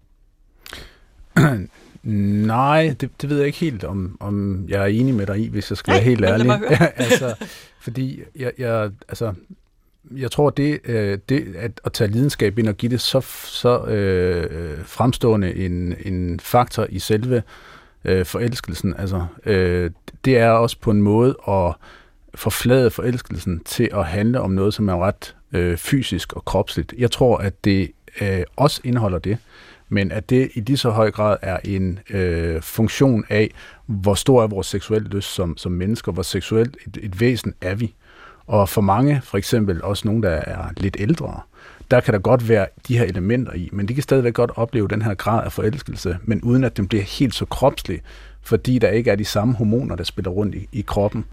Nej, det, det ved jeg ikke helt, om, om jeg er enig med dig i, hvis jeg skal Nej, være helt ærlig. Ja, altså, fordi jeg, jeg, altså, jeg tror, det, det at, at tage lidenskab ind og give det så, så øh, fremstående en, en faktor i selve øh, forelskelsen, altså, øh, det er også på en måde at forflade forelskelsen til at handle om noget, som er ret øh, fysisk og kropsligt. Jeg tror, at det øh, også indeholder det, men at det i lige så høj grad er en øh, funktion af, hvor stor er vores seksuelle lyst som, som mennesker, hvor seksuelt et, et væsen er vi. Og for mange, for eksempel også nogen, der er lidt ældre, der kan der godt være de her elementer i, men de kan stadigvæk godt opleve den her grad af forelskelse, men uden at den bliver helt så kropslig, fordi der ikke er de samme hormoner, der spiller rundt i, i kroppen.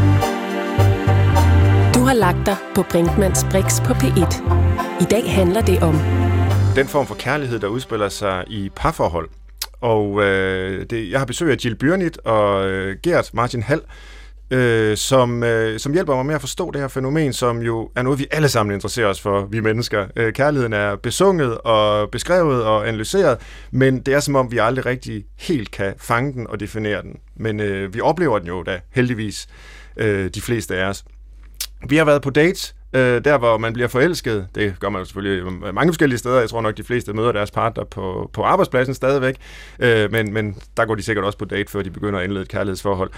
Du har lagt dig på Brinkmanns Brix på P et. I dag handler det om
den form for kærlighed, der udspiller sig i parforhold. Og øh, det, jeg har besøg af Jill Byrnit og øh, Gert Martin Hall, øh, som, øh, som hjælper mig med at forstå det her fænomen, som jo er noget, vi alle sammen interesserer os for, vi mennesker. Øh, kærligheden er besunget og beskrevet og analyseret, men det er som om, vi aldrig rigtig helt kan fange den og definere den. Men øh, vi oplever den jo da, heldigvis, øh, de fleste af os. Vi har været på dates, øh, der hvor man bliver forelsket. Det gør man jo selvfølgelig mange forskellige steder. Jeg tror nok, de fleste møder deres partner på, på arbejdspladsen stadigvæk. Øh, men, men der går de sikkert også på date, før de begynder at indlede et kærlighedsforhold.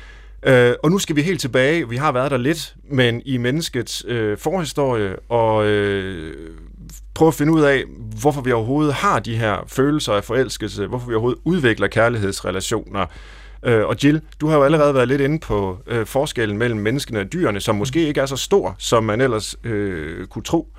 Øh, og nu skal vi helt tilbage. Vi har været der lidt, men i menneskets øh, forhistorie, og øh, prøve at finde ud af, hvorfor vi overhovedet har de her følelser af forelskelse, hvorfor vi overhovedet udvikler kærlighedsrelationer. Og Jill, du har jo allerede været lidt inde på øh, forskellen mellem menneskene og dyrene, som måske ikke er så stor, som man ellers øh, kunne tro.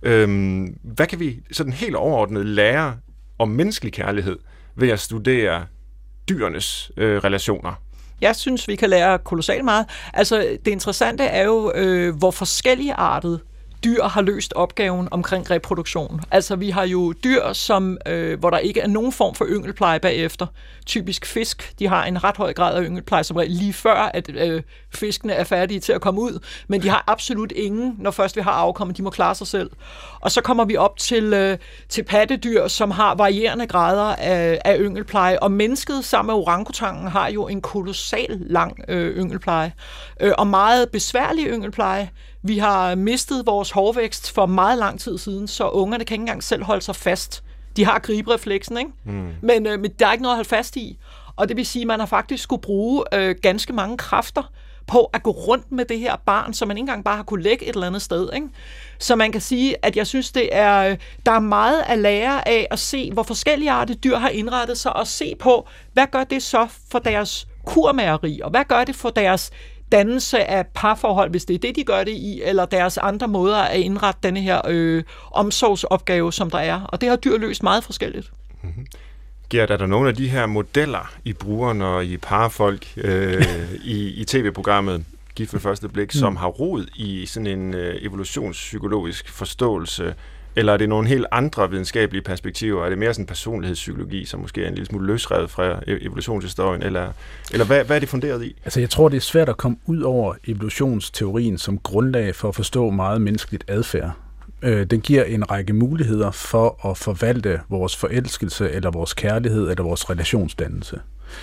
Øhm, hvad kan vi sådan helt overordnet lære om menneskelig kærlighed ved at studere dyrenes øh, relationer?
Jeg synes, vi kan lære kolossalt meget. Altså, det interessante er jo, øh, hvor forskelligartet dyr har løst opgaven omkring reproduktion. Altså, vi har jo dyr, som, øh, hvor der ikke er nogen form for yngelpleje bagefter. Typisk fisk, de har en ret høj grad af yngelpleje, som lige før, at øh, fiskene er færdige til at komme ud, men de har absolut ingen, når først vi har afkommet, de må klare sig selv. Og så kommer vi op til, øh, til pattedyr, som har varierende grader af, af yngelpleje, og mennesket sammen med orangutangen har jo en kolossal lang øh, yngelpleje, øh, og meget besværlig yngelpleje. Vi har mistet vores hårvækst for meget lang tid siden, så ungerne kan ikke engang selv holde sig fast. De har griberefleksen, ikke? Mm. Men, øh, men der er ikke noget at holde fast i. Og det vil sige, at man har faktisk skulle bruge øh, ganske mange kræfter på at gå rundt med det her barn, som man ikke engang bare har kunne lægge et eller andet sted, ikke? Så man kan sige, at jeg synes, det er, der er meget at lære af at se, hvor forskelligartede dyr har indrettet sig, og se på, hvad gør det så for deres kurmageri, og hvad gør det for deres dannelse af parforhold, hvis det er det, de gør det i, eller deres andre måder at indrette denne her øh, omsorgsopgave, som der er. Og det har dyr løst meget forskelligt.
Mm-hmm. Gert, er der nogle af de her modeller, I bruger, når I parer folk øh, i, i tv-programmet Gift ved første blik, mm. som har rod i sådan en øh, evolutionspsykologisk forståelse, eller er det nogle helt andre videnskabelige perspektiver? Er det mere sådan personlighedspsykologi, som måske er en lille smule løsrevet fra evolutionshistorien? Eller, eller hvad, hvad er det funderet i?
Altså, jeg tror, det er svært at komme ud over evolutionsteorien som grundlag for at forstå meget menneskeligt adfærd. Øh, den giver en række muligheder for at forvalte vores forelskelse, eller vores kærlighed, eller vores relationsdannelse.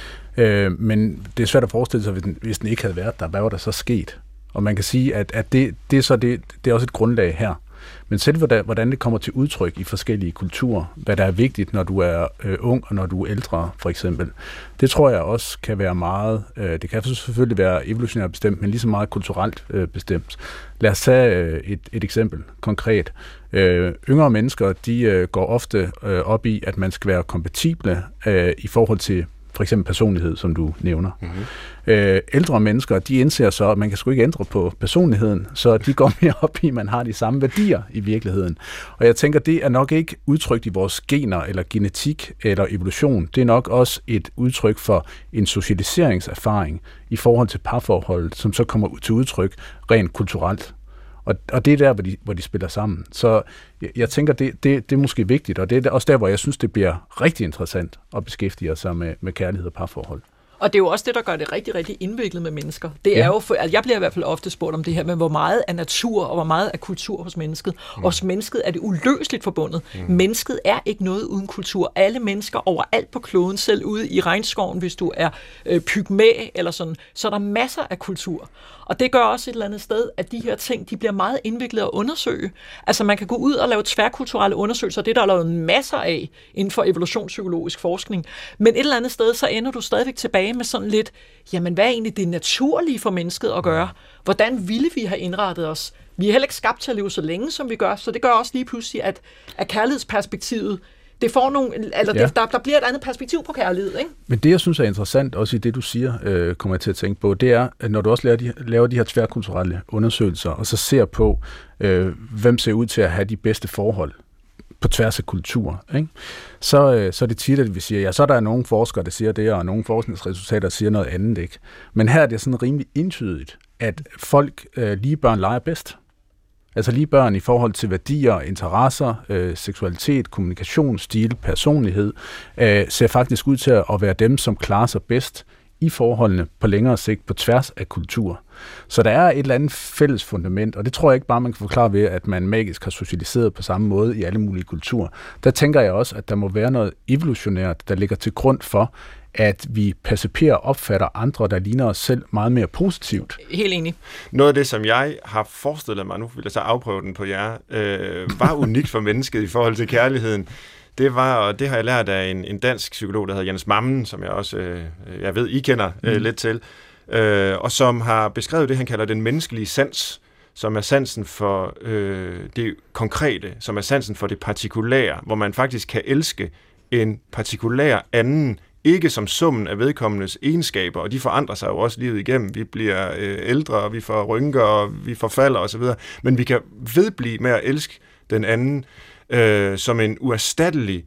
Øh, men det er svært at forestille sig, hvis den, hvis den ikke havde været der, hvad var der så sket? Og man kan sige, at, at det, det, er så det, det er også et grundlag her. Men selv hvordan det kommer til udtryk i forskellige kulturer, hvad der er vigtigt, når du er øh, ung og når du er ældre, for eksempel, det tror jeg også kan være meget, øh, det kan selvfølgelig være evolutionært bestemt, men lige så meget kulturelt øh, bestemt. Lad os tage øh, et, et eksempel konkret. Øh, yngre mennesker, de øh, går ofte øh, op i, at man skal være kompatible øh, i forhold til for eksempel personlighed, som du nævner. Mm-hmm. Øh, ældre mennesker, de indser så, at man kan sgu ikke ændre på personligheden, så de går mere op i, at man har de samme værdier i virkeligheden. Og jeg tænker, det er nok ikke udtrykt i vores gener, eller genetik, eller evolution. Det er nok også et udtryk for en socialiseringserfaring i forhold til parforholdet, som så kommer til udtryk rent kulturelt. Og, og det er der, hvor de, hvor de spiller sammen. Så jeg, jeg tænker, det, det, det er måske vigtigt, og det er også der, hvor jeg synes, det bliver rigtig interessant at beskæftige sig med, med kærlighed og parforhold.
Og det er jo også det, der gør det rigtig, rigtig indviklet med mennesker. Det er ja. jo for, altså jeg bliver i hvert fald ofte spurgt om det her med, hvor meget er natur og hvor meget er kultur hos mennesket. Mm. Og hos mennesket er det uløseligt forbundet. Mm. Mennesket er ikke noget uden kultur. Alle mennesker overalt på kloden, selv ude i regnskoven, hvis du er øh, pygmæ eller sådan, så er der masser af kultur. Og det gør også et eller andet sted, at de her ting, de bliver meget indviklet at undersøge. Altså man kan gå ud og lave tværkulturelle undersøgelser, det der er lavet masser af inden for evolutionspsykologisk forskning. Men et eller andet sted, så ender du stadigvæk tilbage med sådan lidt, jamen hvad er egentlig det naturlige for mennesket at gøre? Hvordan ville vi have indrettet os? Vi er heller ikke skabt til at leve så længe, som vi gør, så det gør også lige pludselig, at, at kærlighedsperspektivet, det får nogle, eller ja. det, der, der bliver et andet perspektiv på kærlighed, ikke?
Men det, jeg synes er interessant, også i det, du siger, øh, kommer jeg til at tænke på, det er, at når du også laver de, laver de her tværkulturelle undersøgelser, og så ser på, øh, hvem ser ud til at have de bedste forhold på tværs af kultur, ikke? Så, øh, så er det tit, at vi siger, ja, så er der nogle forskere, der siger det, og nogle forskningsresultater, der siger noget andet, ikke? Men her er det sådan rimelig entydigt, at folk, øh, lige børn leger bedst. Altså lige børn i forhold til værdier, interesser, øh, seksualitet, kommunikation, stil, personlighed, øh, ser faktisk ud til at være dem, som klarer sig bedst i forholdene på længere sigt på tværs af kultur. Så der er et eller andet fælles fundament, og det tror jeg ikke bare, man kan forklare ved, at man magisk har socialiseret på samme måde i alle mulige kulturer. Der tænker jeg også, at der må være noget evolutionært, der ligger til grund for, at vi perciperer og opfatter andre, der ligner os selv, meget mere positivt.
Helt enig.
Noget af det, som jeg har forestillet mig, nu vil jeg så afprøve den på jer, øh, var unikt for mennesket i forhold til kærligheden. Det var, og det har jeg lært af en, en dansk psykolog, der hedder Jens Mammen, som jeg også, øh, jeg ved, I kender øh, mm. lidt til, øh, og som har beskrevet det, han kalder den menneskelige sans, som er sansen for øh, det konkrete, som er sansen for det partikulære, hvor man faktisk kan elske en partikulær anden, ikke som summen af vedkommendes egenskaber, og de forandrer sig jo også livet igennem. Vi bliver øh, ældre, og vi får rynker, og vi forfalder osv., men vi kan vedblive med at elske den anden øh, som en uerstattelig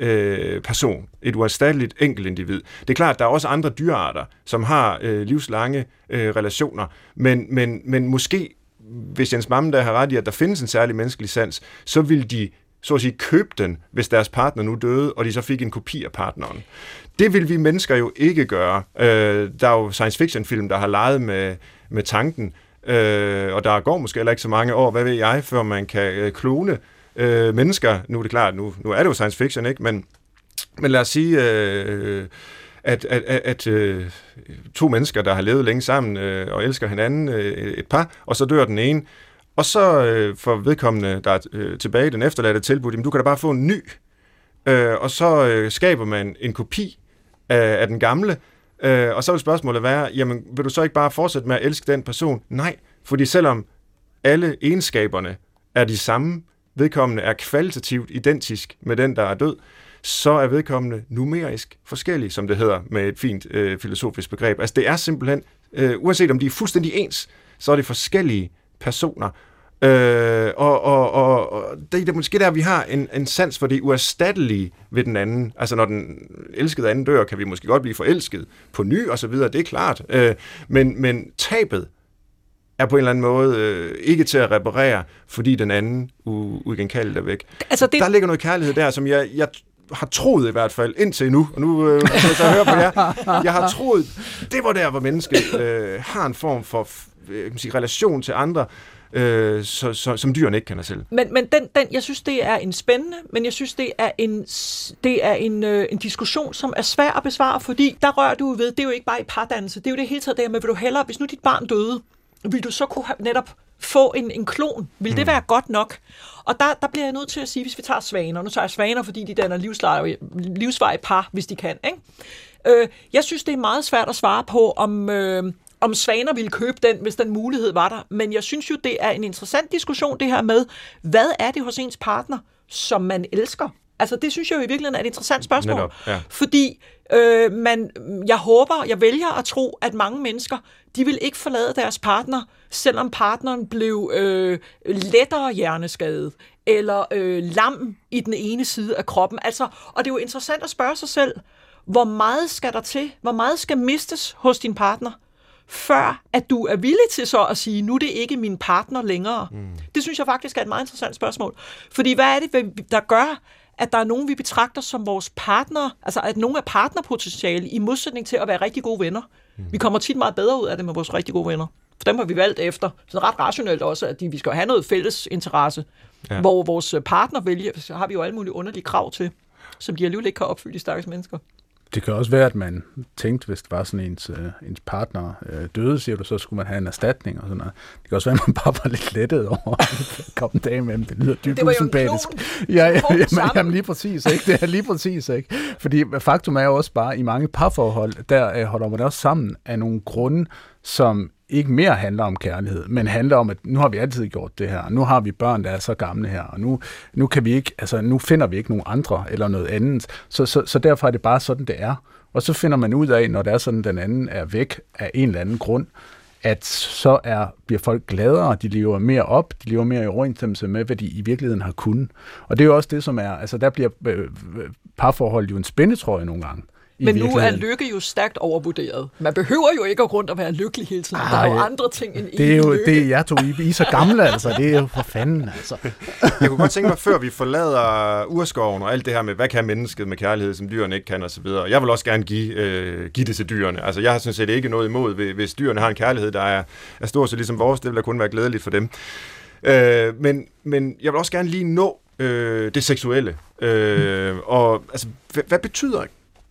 øh, person, et uerstatteligt enkeltindivid. Det er klart, at der er også andre dyrearter, som har øh, livslange øh, relationer, men, men, men måske, hvis Jens Mammen der har ret i, at der findes en særlig menneskelig sans, så vil de så at sige købe den, hvis deres partner nu døde, og de så fik en kopi af partneren. Det vil vi mennesker jo ikke gøre. Øh, der er jo science fiction film, der har leget med, med tanken, øh, og der går måske heller ikke så mange år, hvad ved jeg, før man kan øh, klone øh, mennesker. Nu er det klart, nu, nu er det jo science fiction, ikke? Men, men lad os sige, øh, at, at, at, at øh, to mennesker, der har levet længe sammen øh, og elsker hinanden, øh, et par, og så dør den ene, og så øh, for vedkommende, der er øh, tilbage i den efterladte tilbud, jamen, du kan da bare få en ny. Øh, og så øh, skaber man en kopi af, af den gamle, øh, og så vil spørgsmålet være, jamen vil du så ikke bare fortsætte med at elske den person? Nej, fordi selvom alle egenskaberne er de samme, vedkommende er kvalitativt identisk med den, der er død, så er vedkommende numerisk forskellig, som det hedder med et fint øh, filosofisk begreb. Altså det er simpelthen, øh, uanset om de er fuldstændig ens, så er det forskellige personer. Øh, og, og, og, og det er måske der, vi har en, en sans for det uerstattelige ved den anden. Altså når den elskede anden dør, kan vi måske godt blive forelsket på ny og så videre, det er klart. Øh, men, men tabet er på en eller anden måde øh, ikke til at reparere, fordi den anden u- uigenkaldeligt er væk. Altså det... Der ligger noget kærlighed der, som jeg, jeg har troet i hvert fald indtil nu, og nu øh, kan jeg så høre på jer, jeg har troet, det var der, hvor mennesket øh, har en form for kan man sige, relation til andre, øh, så, så, som dyrene ikke kender selv.
Men, men den, den, jeg synes, det er en spændende, men jeg synes, det er en, det er en, øh, en diskussion, som er svær at besvare, fordi der rører du ved, det er jo ikke bare i pardannelse, det er jo det hele taget der med, vil du hellere, hvis nu dit barn døde, vil du så kunne have, netop få en, en klon? Vil det være godt nok? Og der, der bliver jeg nødt til at sige, hvis vi tager svaner, nu tager jeg svaner, fordi de danner livsvarige par, hvis de kan, ikke? Øh, jeg synes, det er meget svært at svare på, om, øh, om svaner ville købe den, hvis den mulighed var der. Men jeg synes jo, det er en interessant diskussion, det her med, hvad er det hos ens partner, som man elsker? Altså, det synes jeg jo i virkeligheden er et interessant spørgsmål.
Netop, ja.
Fordi øh, man, jeg håber, jeg vælger at tro, at mange mennesker, de vil ikke forlade deres partner, selvom partneren blev øh, lettere hjerneskadet, eller øh, lam i den ene side af kroppen. Altså, og det er jo interessant at spørge sig selv, hvor meget skal der til, hvor meget skal mistes hos din partner, før at du er villig til så at sige, nu er det ikke min partner længere. Mm. Det synes jeg faktisk er et meget interessant spørgsmål. Fordi hvad er det, der gør, at der er nogen, vi betragter som vores partner, altså at nogen er partnerpotentiale i modsætning til at være rigtig gode venner. Mm. Vi kommer tit meget bedre ud af det med vores rigtig gode venner. For dem har vi valgt efter. Så ret rationelt også, at de, vi skal have noget fælles interesse. Ja. Hvor vores partner vælger, så har vi jo alle mulige underlige krav til, som de alligevel ikke kan opfylde, de stakkels mennesker.
Det kan også være, at man tænkte, hvis det var sådan ens, øh, ens partner øh, døde, siger du, så skulle man have en erstatning og sådan noget. Det kan også være, at man bare var lidt lettet over at komme en dag med dem. Det lyder dybt usympatisk. Ja, ja, ja, jamen, jamen lige præcis, ikke? Det er lige præcis, ikke? Fordi faktum er jo også bare, i mange parforhold, der øh, holder man også sammen af nogle grunde, som ikke mere handler om kærlighed, men handler om, at nu har vi altid gjort det her, nu har vi børn, der er så gamle her, og nu, nu kan vi ikke, altså nu finder vi ikke nogen andre eller noget andet, så, så, så derfor er det bare sådan, det er. Og så finder man ud af, når det er sådan, den anden er væk af en eller anden grund, at så er, bliver folk gladere, de lever mere op, de lever mere i overensstemmelse med, hvad de i virkeligheden har kunnet. Og det er jo også det, som er, altså der bliver øh, parforhold jo en spændetrøje nogle gange.
Men nu er lykke jo stærkt overvurderet. Man behøver jo ikke at gå rundt og være lykkelig hele tiden. Ej, der er jo andre ting end
det er jo
lykke.
Det er jeg tog I, I er så gamle, altså. Det er jo for fanden, altså.
Jeg kunne godt tænke mig, før vi forlader urskoven og alt det her med, hvad kan mennesket med kærlighed, som dyrene ikke kan, og så videre. Jeg vil også gerne give, øh, give det til dyrene. Altså, jeg har sådan set ikke noget imod, hvis dyrene har en kærlighed, der er, er stor, så ligesom vores, det vil da kun være glædeligt for dem. Øh, men, men jeg vil også gerne lige nå øh, det seksuelle. Øh, og altså, hvad, hvad betyder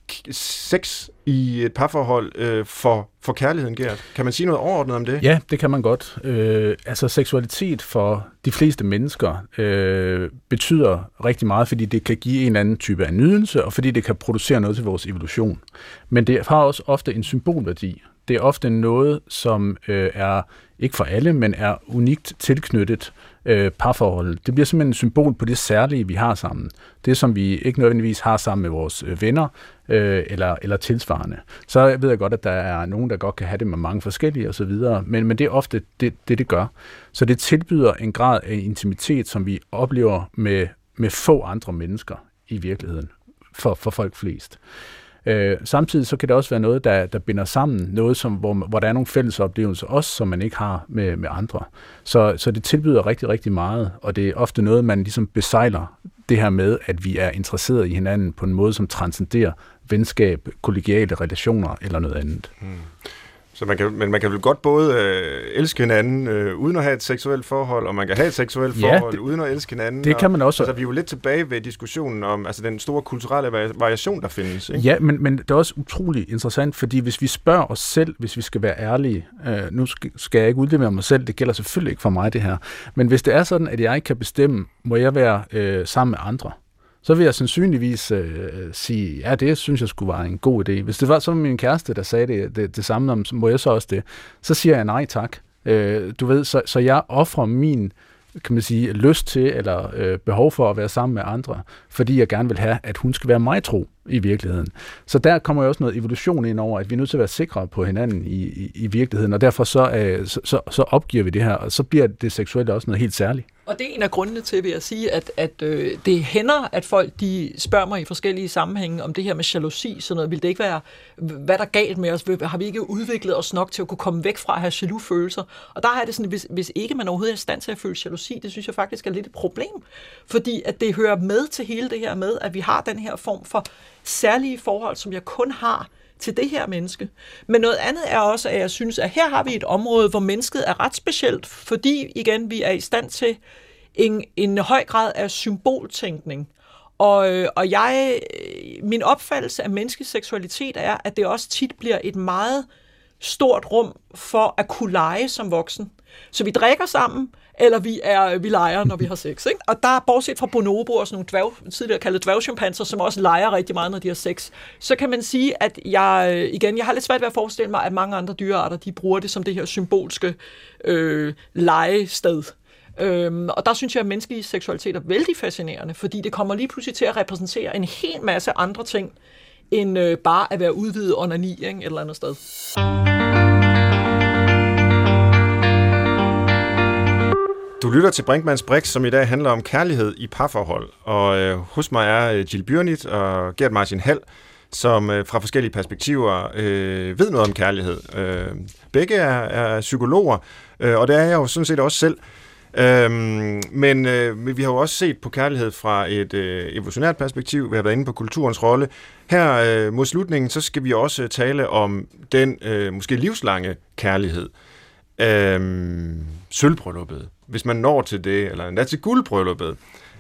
sex i et parforhold øh, for, for kærligheden, Gert? Kan man sige noget overordnet om det?
Ja, det kan man godt. Øh, altså seksualitet for de fleste mennesker øh, betyder rigtig meget, fordi det kan give en eller anden type af nydelse, og fordi det kan producere noget til vores evolution. Men det har også ofte en symbolværdi. Det er ofte noget, som øh, er, ikke for alle, men er unikt tilknyttet øh, parforholdet. Det bliver simpelthen et symbol på det særlige, vi har sammen. Det, som vi ikke nødvendigvis har sammen med vores øh, venner, øh, eller, eller tilsvarende. Så ved jeg godt, at der er nogen, der godt kan have det med mange forskellige osv., men, men det er ofte det, det, det gør. Så det tilbyder en grad af intimitet, som vi oplever med, med få andre mennesker i virkeligheden, for, for folk flest. Øh, samtidig så kan det også være noget, der, der binder sammen, noget, som, hvor, hvor der er nogle fælles oplevelser, også som man ikke har med, med andre. Så, så det tilbyder rigtig, rigtig meget, og det er ofte noget, man ligesom besejler det her med, at vi er interesseret i hinanden på en måde, som transcenderer venskab, kollegiale relationer eller noget andet. Hmm.
Så man kan, men man kan vel godt både øh, elske hinanden øh, uden at have et seksuelt forhold, og man kan have et seksuelt forhold ja, det, uden at elske hinanden.
Det kan man også.
Og, altså, vi er jo lidt tilbage ved diskussionen om altså, den store kulturelle variation, der findes. Ikke?
Ja, men, men det er også utrolig interessant, fordi hvis vi spørger os selv, hvis vi skal være ærlige, øh, nu skal, skal jeg ikke udlevere mig selv, det gælder selvfølgelig ikke for mig det her, men hvis det er sådan, at jeg ikke kan bestemme, må jeg være øh, sammen med andre, så vil jeg sandsynligvis øh, sige, ja, det synes jeg skulle være en god idé. Hvis det var så min kæreste, der sagde det, det, det samme, om, så må jeg så også det. Så siger jeg nej tak. Øh, du ved, så, så jeg offrer min, kan man sige, lyst til, eller øh, behov for at være sammen med andre, fordi jeg gerne vil have, at hun skal være mig tro i virkeligheden. Så der kommer jo også noget evolution ind over, at vi er nødt til at være sikre på hinanden i, i, i virkeligheden, og derfor så, øh, så, så, så opgiver vi det her, og så bliver det seksuelle også noget helt særligt.
Og det er en af grundene til, vil jeg sige, at, at øh, det hænder, at folk de spørger mig i forskellige sammenhænge om det her med jalousi, sådan noget. Vil det ikke være, hvad der er galt med os? Har vi ikke udviklet os nok til at kunne komme væk fra at have jaloux følelser? Og der er det sådan, hvis, hvis ikke man overhovedet er i stand til at føle jalousi, det synes jeg faktisk er lidt et problem. Fordi at det hører med til hele det her med, at vi har den her form for særlige forhold, som jeg kun har til det her menneske. Men noget andet er også, at jeg synes, at her har vi et område, hvor mennesket er ret specielt, fordi igen, vi er i stand til en, en høj grad af symboltænkning. Og, og jeg, min opfattelse af menneskelig seksualitet er, at det også tit bliver et meget stort rum for at kunne lege som voksen. Så vi drikker sammen, eller vi er vi leger, når vi har sex. Ikke? Og der er bortset fra bonobo og sådan nogle dværg, tidligere kaldet dværgchimpanser, som også leger rigtig meget, når de har sex, så kan man sige, at jeg, igen, jeg har lidt svært ved at forestille mig, at mange andre dyrearter, de bruger det som det her symbolske øh, legested. Øhm, og der synes jeg, at menneskelig seksualitet er vældig fascinerende, fordi det kommer lige pludselig til at repræsentere en hel masse andre ting, end øh, bare at være udvidet onani, ikke, et eller andet sted.
Du lytter til Brinkmanns Brix, som i dag handler om kærlighed i parforhold. Og øh, hos mig er øh, Jill Bjørnit og Gert Martin Hall, som øh, fra forskellige perspektiver øh, ved noget om kærlighed. Øh, begge er, er psykologer, øh, og det er jeg jo sådan set også selv. Øhm, men øh, vi har jo også set på kærlighed fra et øh, evolutionært perspektiv. Vi har været inde på kulturens rolle. Her øh, mod slutningen, så skal vi også tale om den øh, måske livslange kærlighed. Øhm, sølvbrylluppet, hvis man når til det, eller endda til guldbrylluppet.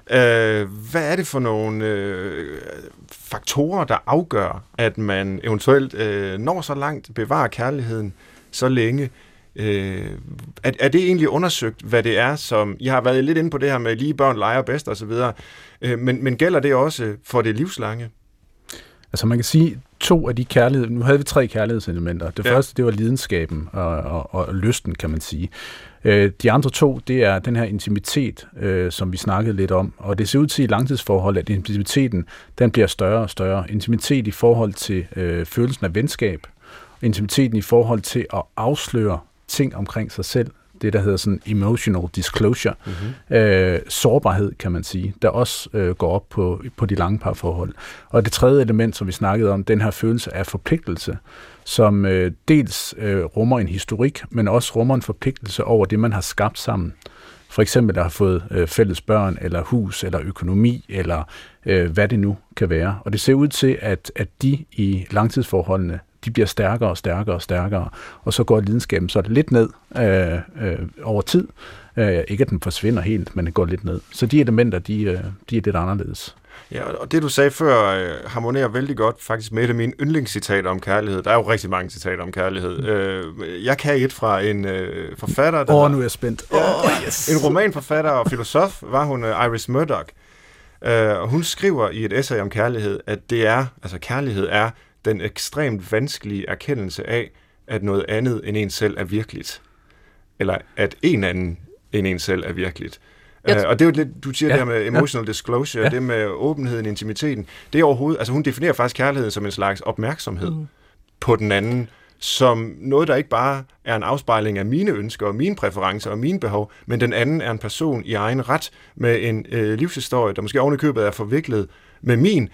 Øh, hvad er det for nogle øh, faktorer, der afgør, at man eventuelt øh, når så langt, bevarer kærligheden så længe? Øh, er, er det egentlig undersøgt, hvad det er, som... Jeg har været lidt inde på det her med lige børn leger bedst og så videre, øh, men, men gælder det også for det livslange?
Altså man kan sige, to af de kærlighed... Nu havde vi tre kærlighedselementer. Det ja. første, det var lidenskaben og, og, og lysten, kan man sige. Øh, de andre to, det er den her intimitet, øh, som vi snakkede lidt om. Og det ser ud til i langtidsforhold, at intimiteten, den bliver større og større. Intimitet i forhold til øh, følelsen af venskab. Intimiteten i forhold til at afsløre ting omkring sig selv, det der hedder sådan emotional disclosure, mm-hmm. øh, sårbarhed kan man sige, der også øh, går op på, på de lange parforhold. Og det tredje element, som vi snakkede om, den her følelse af forpligtelse, som øh, dels øh, rummer en historik, men også rummer en forpligtelse over det, man har skabt sammen. For eksempel, der har fået øh, fælles børn, eller hus, eller økonomi, eller øh, hvad det nu kan være. Og det ser ud til, at, at de i langtidsforholdene, de bliver stærkere og stærkere og stærkere, og så går lidenskaben så lidt ned øh, øh, over tid. Øh, ikke at den forsvinder helt, men det går lidt ned. Så de elementer, de, øh, de er lidt anderledes.
Ja, og det du sagde før øh, harmonerer vældig godt faktisk med et af mine yndlingscitater om kærlighed. Der er jo rigtig mange citater om kærlighed. Mm. Øh, jeg kan et fra en øh, forfatter...
Åh, oh, nu er jeg spændt.
Ja, oh, yes. En romanforfatter og filosof var hun, uh, Iris Murdoch. Uh, og hun skriver i et essay om kærlighed, at det er, altså kærlighed er den ekstremt vanskelige erkendelse af, at noget andet end en selv er virkeligt. Eller at en anden end en selv er virkeligt. Uh, og det er jo lidt, du siger ja, det her med emotional ja. disclosure, ja. det med åbenheden, intimiteten. Det er overhovedet, altså hun definerer faktisk kærligheden som en slags opmærksomhed mm. på den anden, som noget, der ikke bare er en afspejling af mine ønsker og mine præferencer og mine behov, men den anden er en person i egen ret med en øh, livshistorie, der måske ovenikøbet er forviklet med min,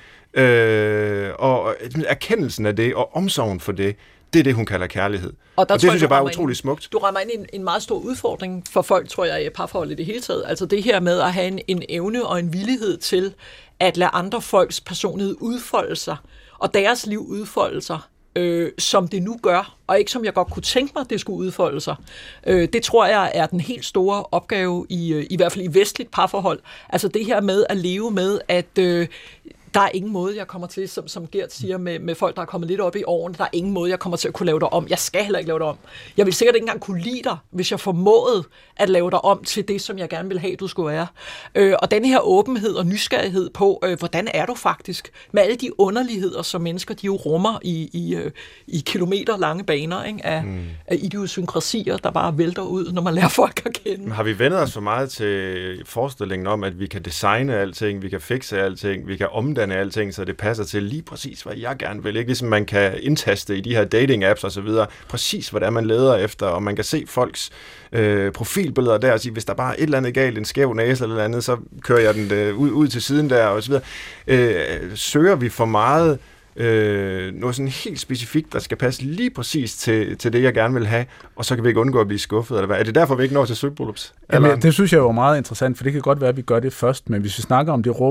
øh, og erkendelsen af det og omsorgen for det, det er det, hun kalder kærlighed. Og, og det synes jeg bare er utrolig smukt.
Du rammer ind i en, en meget stor udfordring for folk, tror jeg, i parforhold i det hele taget. Altså det her med at have en, en evne og en villighed til at lade andre folks personlighed udfolde sig, og deres liv udfolde sig, Øh, som det nu gør, og ikke som jeg godt kunne tænke mig, at det skulle udfolde sig. Øh, det tror jeg er den helt store opgave, i, i hvert fald i vestligt parforhold. Altså det her med at leve med, at øh, der er ingen måde, jeg kommer til, som, som Gert siger, med, med folk, der er kommet lidt op i årene, der er ingen måde, jeg kommer til at kunne lave dig om. Jeg skal heller ikke lave dig om. Jeg vil sikkert ikke engang kunne lide dig, hvis jeg formåede at lave dig om til det, som jeg gerne vil have, du skulle være. Øh, og den her åbenhed og nysgerrighed på, øh, hvordan er du faktisk, med alle de underligheder, som mennesker, de jo rummer i, i, øh, i kilometer lange baner, ikke? Af, mm. af idiosynkrasier, der bare vælter ud, når man lærer folk at kende.
Har vi vendt os for meget til forestillingen om, at vi kan designe alting, vi kan fikse alting, vi kan omdanne alting, så det passer til lige præcis, hvad jeg gerne vil. Ikke ligesom man kan indtaste i de her dating-apps og så videre, præcis hvad det er, man leder efter, og man kan se folks øh, profilbilleder der og sige, hvis der bare er et eller andet galt, en skæv næse eller noget andet, så kører jeg den øh, ud, ud til siden der og så videre. Øh, søger vi for meget øh, noget sådan helt specifikt, der skal passe lige præcis til, til det, jeg gerne vil have, og så kan vi ikke undgå at blive skuffet, eller hvad? Er det derfor, vi ikke når til sølvbryllups?
Jamen, det synes jeg var meget interessant, for det kan godt være, at vi gør det først, men hvis vi snakker om det rum,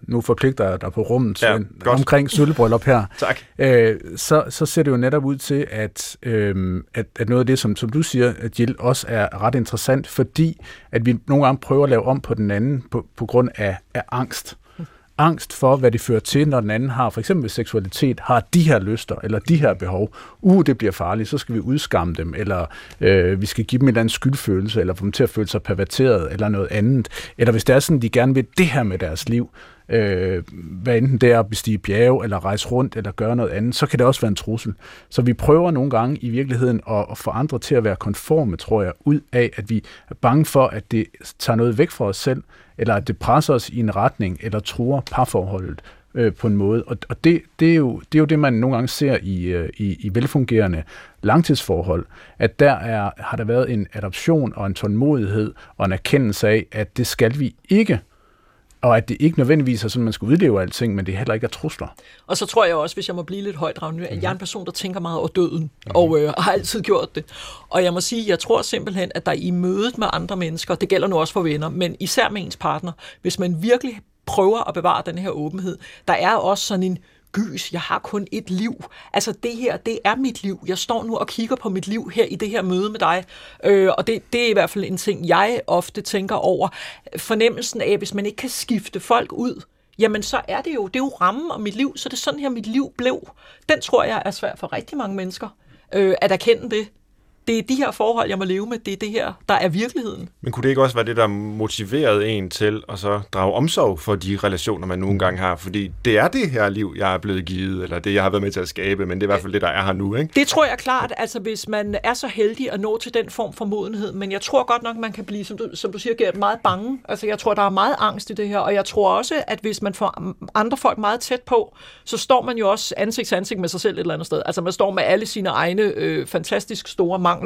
nu forpligter jeg dig på rummet, Svend,
ja,
omkring sølvbryllup her.
Tak.
Øh, så, så ser det jo netop ud til, at, øh, at, at noget af det, som, som du siger, Jill, også er ret interessant, fordi at vi nogle gange prøver at lave om på den anden på, på grund af, af angst. Angst for, hvad det fører til, når den anden har, for eksempel seksualitet, har de her lyster, eller de her behov. Uh, det bliver farligt, så skal vi udskamme dem, eller øh, vi skal give dem en eller anden skyldfølelse, eller få dem til at føle sig perverteret, eller noget andet. Eller hvis det er sådan, de gerne vil det her med deres liv, øh, hvad enten det er at bestige bjerge, eller rejse rundt, eller gøre noget andet, så kan det også være en trussel. Så vi prøver nogle gange i virkeligheden at, at få andre til at være konforme, tror jeg, ud af, at vi er bange for, at det tager noget væk fra os selv, eller at det presser os i en retning, eller truer parforholdet øh, på en måde. Og, og det, det, er jo, det er jo det, man nogle gange ser i, i, i velfungerende langtidsforhold, at der er, har der været en adoption og en tålmodighed og en erkendelse af, at det skal vi ikke. Og at det ikke nødvendigvis er sådan, man skal udleve alting, men det heller ikke er trusler.
Og så tror jeg også, hvis jeg må blive lidt højtravende, at jeg er en person, der tænker meget over døden, mm-hmm. og øh, har altid gjort det. Og jeg må sige, jeg tror simpelthen, at der i mødet med andre mennesker, det gælder nu også for venner, men især med ens partner, hvis man virkelig prøver at bevare den her åbenhed, der er også sådan en gys, jeg har kun et liv. Altså det her, det er mit liv. Jeg står nu og kigger på mit liv her i det her møde med dig. Øh, og det, det er i hvert fald en ting, jeg ofte tænker over. Fornemmelsen af, hvis man ikke kan skifte folk ud, jamen så er det jo, det er jo rammen om mit liv, så det er sådan her, mit liv blev. Den tror jeg er svært for rigtig mange mennesker, øh, at erkende det. Det er de her forhold, jeg må leve med, det er det her, der er virkeligheden.
Men kunne det ikke også være det, der motiverede en til at så drage omsorg for de relationer, man nogle gange har? Fordi det er det her liv, jeg er blevet givet, eller det, jeg har været med til at skabe, men det er i hvert fald det, der er her nu, ikke?
Det tror jeg klart, altså hvis man er så heldig at nå til den form for modenhed, men jeg tror godt nok, man kan blive, som du, som du siger, Gert, meget bange. Altså jeg tror, der er meget angst i det her, og jeg tror også, at hvis man får andre folk meget tæt på, så står man jo også ansigt til ansigt med sig selv et eller andet sted. Altså man står med alle sine egne øh, fantastisk store mangler,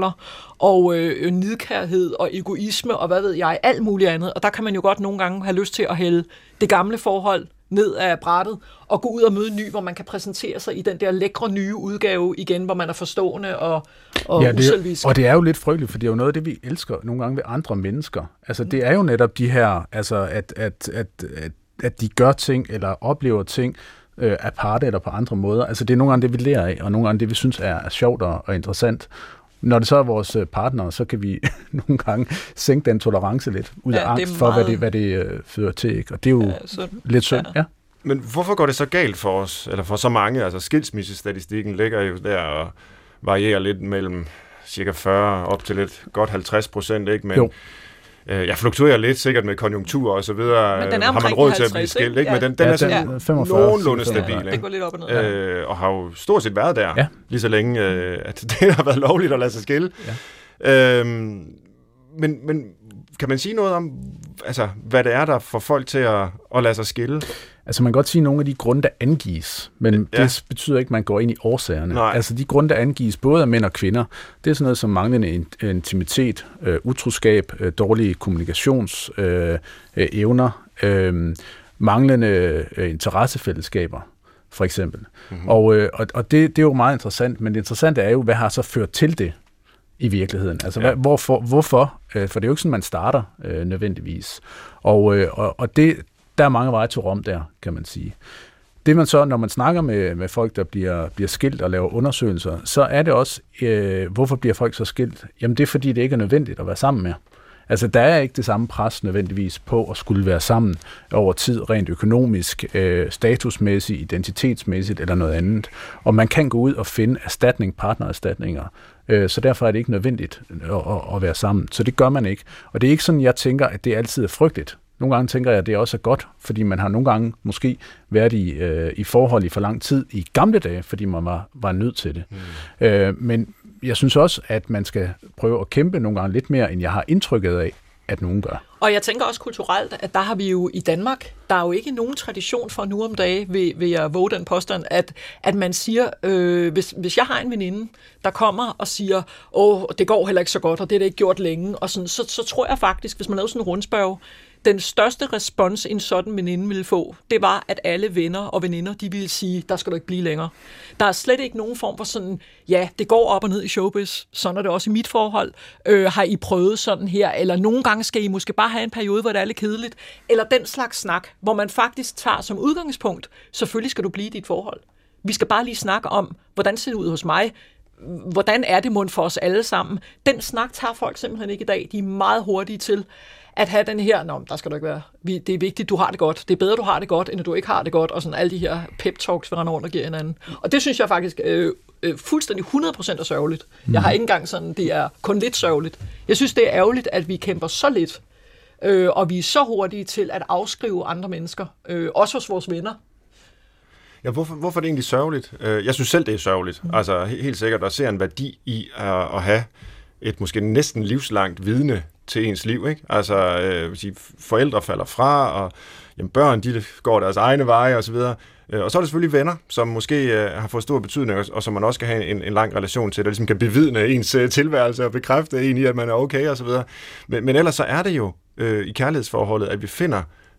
og øh, nidkærhed og egoisme og hvad ved jeg, alt muligt andet. Og der kan man jo godt nogle gange have lyst til at hælde det gamle forhold ned af brættet og gå ud og møde en ny, hvor man kan præsentere sig i den der lækre nye udgave igen, hvor man er forstående og, og
ja,
uselvisk.
Og det er jo lidt frygteligt, for det er jo noget af det, vi elsker nogle gange ved andre mennesker. Altså det er jo netop de her, altså at, at, at, at, at de gør ting eller oplever ting øh, aparte eller på andre måder. Altså det er nogle gange det, vi lærer af, og nogle gange det, vi synes er, er sjovt og interessant. Når det så er vores partnere, så kan vi nogle gange sænke den tolerance lidt, ud af ja, angst meget... for, hvad det, hvad det øh, fører til. Ikke? Og det er jo ja, synd. lidt synd. Ja. Ja.
Men hvorfor går det så galt for os, eller for så mange? Altså skilsmissestatistikken ligger jo der og varierer lidt mellem cirka fyrre op til lidt godt halvtreds procent, ikke? Men jo. Øh, jeg fluktuerer lidt sikkert med konjunktur og så videre.
Men den er
har man råd til at blive skilt, ikke? Ja. Men den, den ja, er sådan ja. femogfyrre, nogenlunde stabil. Ja.
Det går lidt op og ned.
Øh, og har jo stort set været der, ja. lige så længe, øh, at det har været lovligt at lade sig skille. Ja. Øh, men, men kan man sige noget om, altså, hvad det er, der får folk til at, at lade sig skille?
Altså man kan godt sige nogle af de grunde, der angives, men ja. det betyder ikke, at man går ind i årsagerne.
Nej.
Altså de grunde, der angives både af mænd og kvinder, det er sådan noget som manglende intimitet, øh, utroskab, øh, dårlige kommunikationsevner, øh, evner, øh, manglende øh, interessefællesskaber, for eksempel. Mm-hmm. Og, øh, og, og det, det er jo meget interessant, men det interessante er jo, hvad har så ført til det i virkeligheden? Altså ja. hvad, hvorfor? hvorfor? Øh, for det er jo ikke sådan, man starter øh, nødvendigvis. Og, øh, og, og det der er mange veje til Rom der, kan man sige. Det man så, når man snakker med, med folk, der bliver, bliver skilt og laver undersøgelser, så er det også, øh, hvorfor bliver folk så skilt? Jamen det er, fordi det ikke er nødvendigt at være sammen med. Altså der er ikke det samme pres nødvendigvis på at skulle være sammen over tid, rent økonomisk, øh, statusmæssigt, identitetsmæssigt eller noget andet. Og man kan gå ud og finde erstatning, partnererstatninger. Øh, så derfor er det ikke nødvendigt at, at, at være sammen. Så det gør man ikke. Og det er ikke sådan, jeg tænker, at det altid er frygteligt. Nogle gange tænker jeg, at det også er godt, fordi man har nogle gange måske været i, øh, i forhold i for lang tid i gamle dage, fordi man var, var nødt til det. Mm. Øh, men jeg synes også, at man skal prøve at kæmpe nogle gange lidt mere, end jeg har indtrykket af, at nogen gør.
Og jeg tænker også kulturelt, at der har vi jo i Danmark, der er jo ikke nogen tradition for nu om dage, vil, vil jeg våge den påstand, at, at man siger, øh, hvis, hvis jeg har en veninde, der kommer og siger, åh, det går heller ikke så godt, og det er det ikke gjort længe, og sådan, så, så tror jeg faktisk, hvis man laver sådan en rundspørge, den største respons, en sådan veninde ville få, det var, at alle venner og veninder, de ville sige, der skal du ikke blive længere. Der er slet ikke nogen form for sådan, ja, det går op og ned i showbiz, sådan er det også i mit forhold. Øh, har I prøvet sådan her? Eller nogle gange skal I måske bare have en periode, hvor det er lidt kedeligt. Eller den slags snak, hvor man faktisk tager som udgangspunkt, selvfølgelig skal du blive i dit forhold. Vi skal bare lige snakke om, hvordan ser det ud hos mig? Hvordan er det mund for os alle sammen? Den snak tager folk simpelthen ikke i dag. De er meget hurtige til at have den her, nå, der skal du ikke være. Det er vigtigt, du har det godt. Det er bedre, du har det godt, end at du ikke har det godt. Og sådan alle de her pep-talks, vi render rundt og giver hinanden. Og det synes jeg faktisk øh, øh, fuldstændig hundrede procent er sørgeligt. Jeg har ikke engang sådan, det er kun lidt sørgeligt. Jeg synes, det er ærgerligt, at vi kæmper så lidt, øh, og vi er så hurtige til at afskrive andre mennesker. Øh, også hos vores venner.
Ja, hvorfor, hvorfor er det egentlig sørgeligt? Jeg synes selv, det er sørgeligt. Mm. Altså helt sikkert at se en værdi i at, at have et måske næsten livslangt vidne til ens liv, ikke? Altså øh, sige, forældre falder fra, og jamen, børn de går deres egne veje og så videre. Og så er det selvfølgelig venner, som måske øh, har fået stor betydning, og, og som man også kan have en, en lang relation til, der ligesom kan bevidne ens øh, tilværelse og bekræfte en i, at man er okay og så videre. Men, men ellers så er det jo øh, i kærlighedsforholdet, at vi finder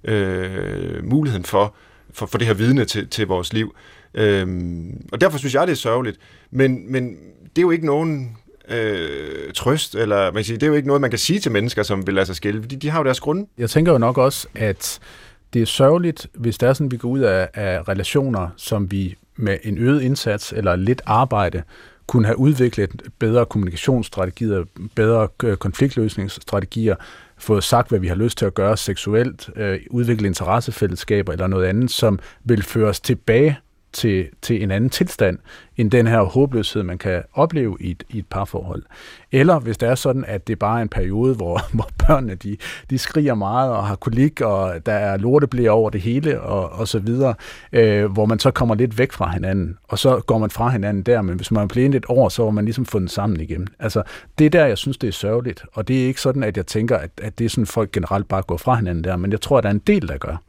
øh, muligheden for For, for det her vidne til, til vores liv. Øhm, og derfor synes jeg, det er sørgeligt. Men, men det er jo ikke nogen øh, trøst, eller man kan sige, det er jo ikke noget, man kan sige til mennesker, som vil lade sig skille, fordi de har jo deres grunde.
Jeg tænker jo nok også, at det er sørgeligt, hvis det er sådan, vi går ud af, af relationer, som vi med en øget indsats eller lidt arbejde kunne have udviklet bedre kommunikationsstrategier, bedre konfliktløsningsstrategier, fået sagt, hvad vi har lyst til at gøre seksuelt, øh, udvikle interessefællesskaber eller noget andet, som vil føre os tilbage til, til en anden tilstand, end den her håbløshed, man kan opleve i et, i et parforhold. Eller hvis det er sådan, at det bare er en periode, hvor, hvor børnene de, de skriger meget og har kolik, og der er lorteblære over det hele, og, og så videre, øh, hvor man så kommer lidt væk fra hinanden, og så går man fra hinanden der, men hvis man er blevet et år, så har man ligesom fundet sammen igen. Altså, det er der, jeg synes, det er sørgeligt, og det er ikke sådan, at jeg tænker, at, at det er sådan, folk generelt bare går fra hinanden der, men jeg tror, at der er en del, der gør.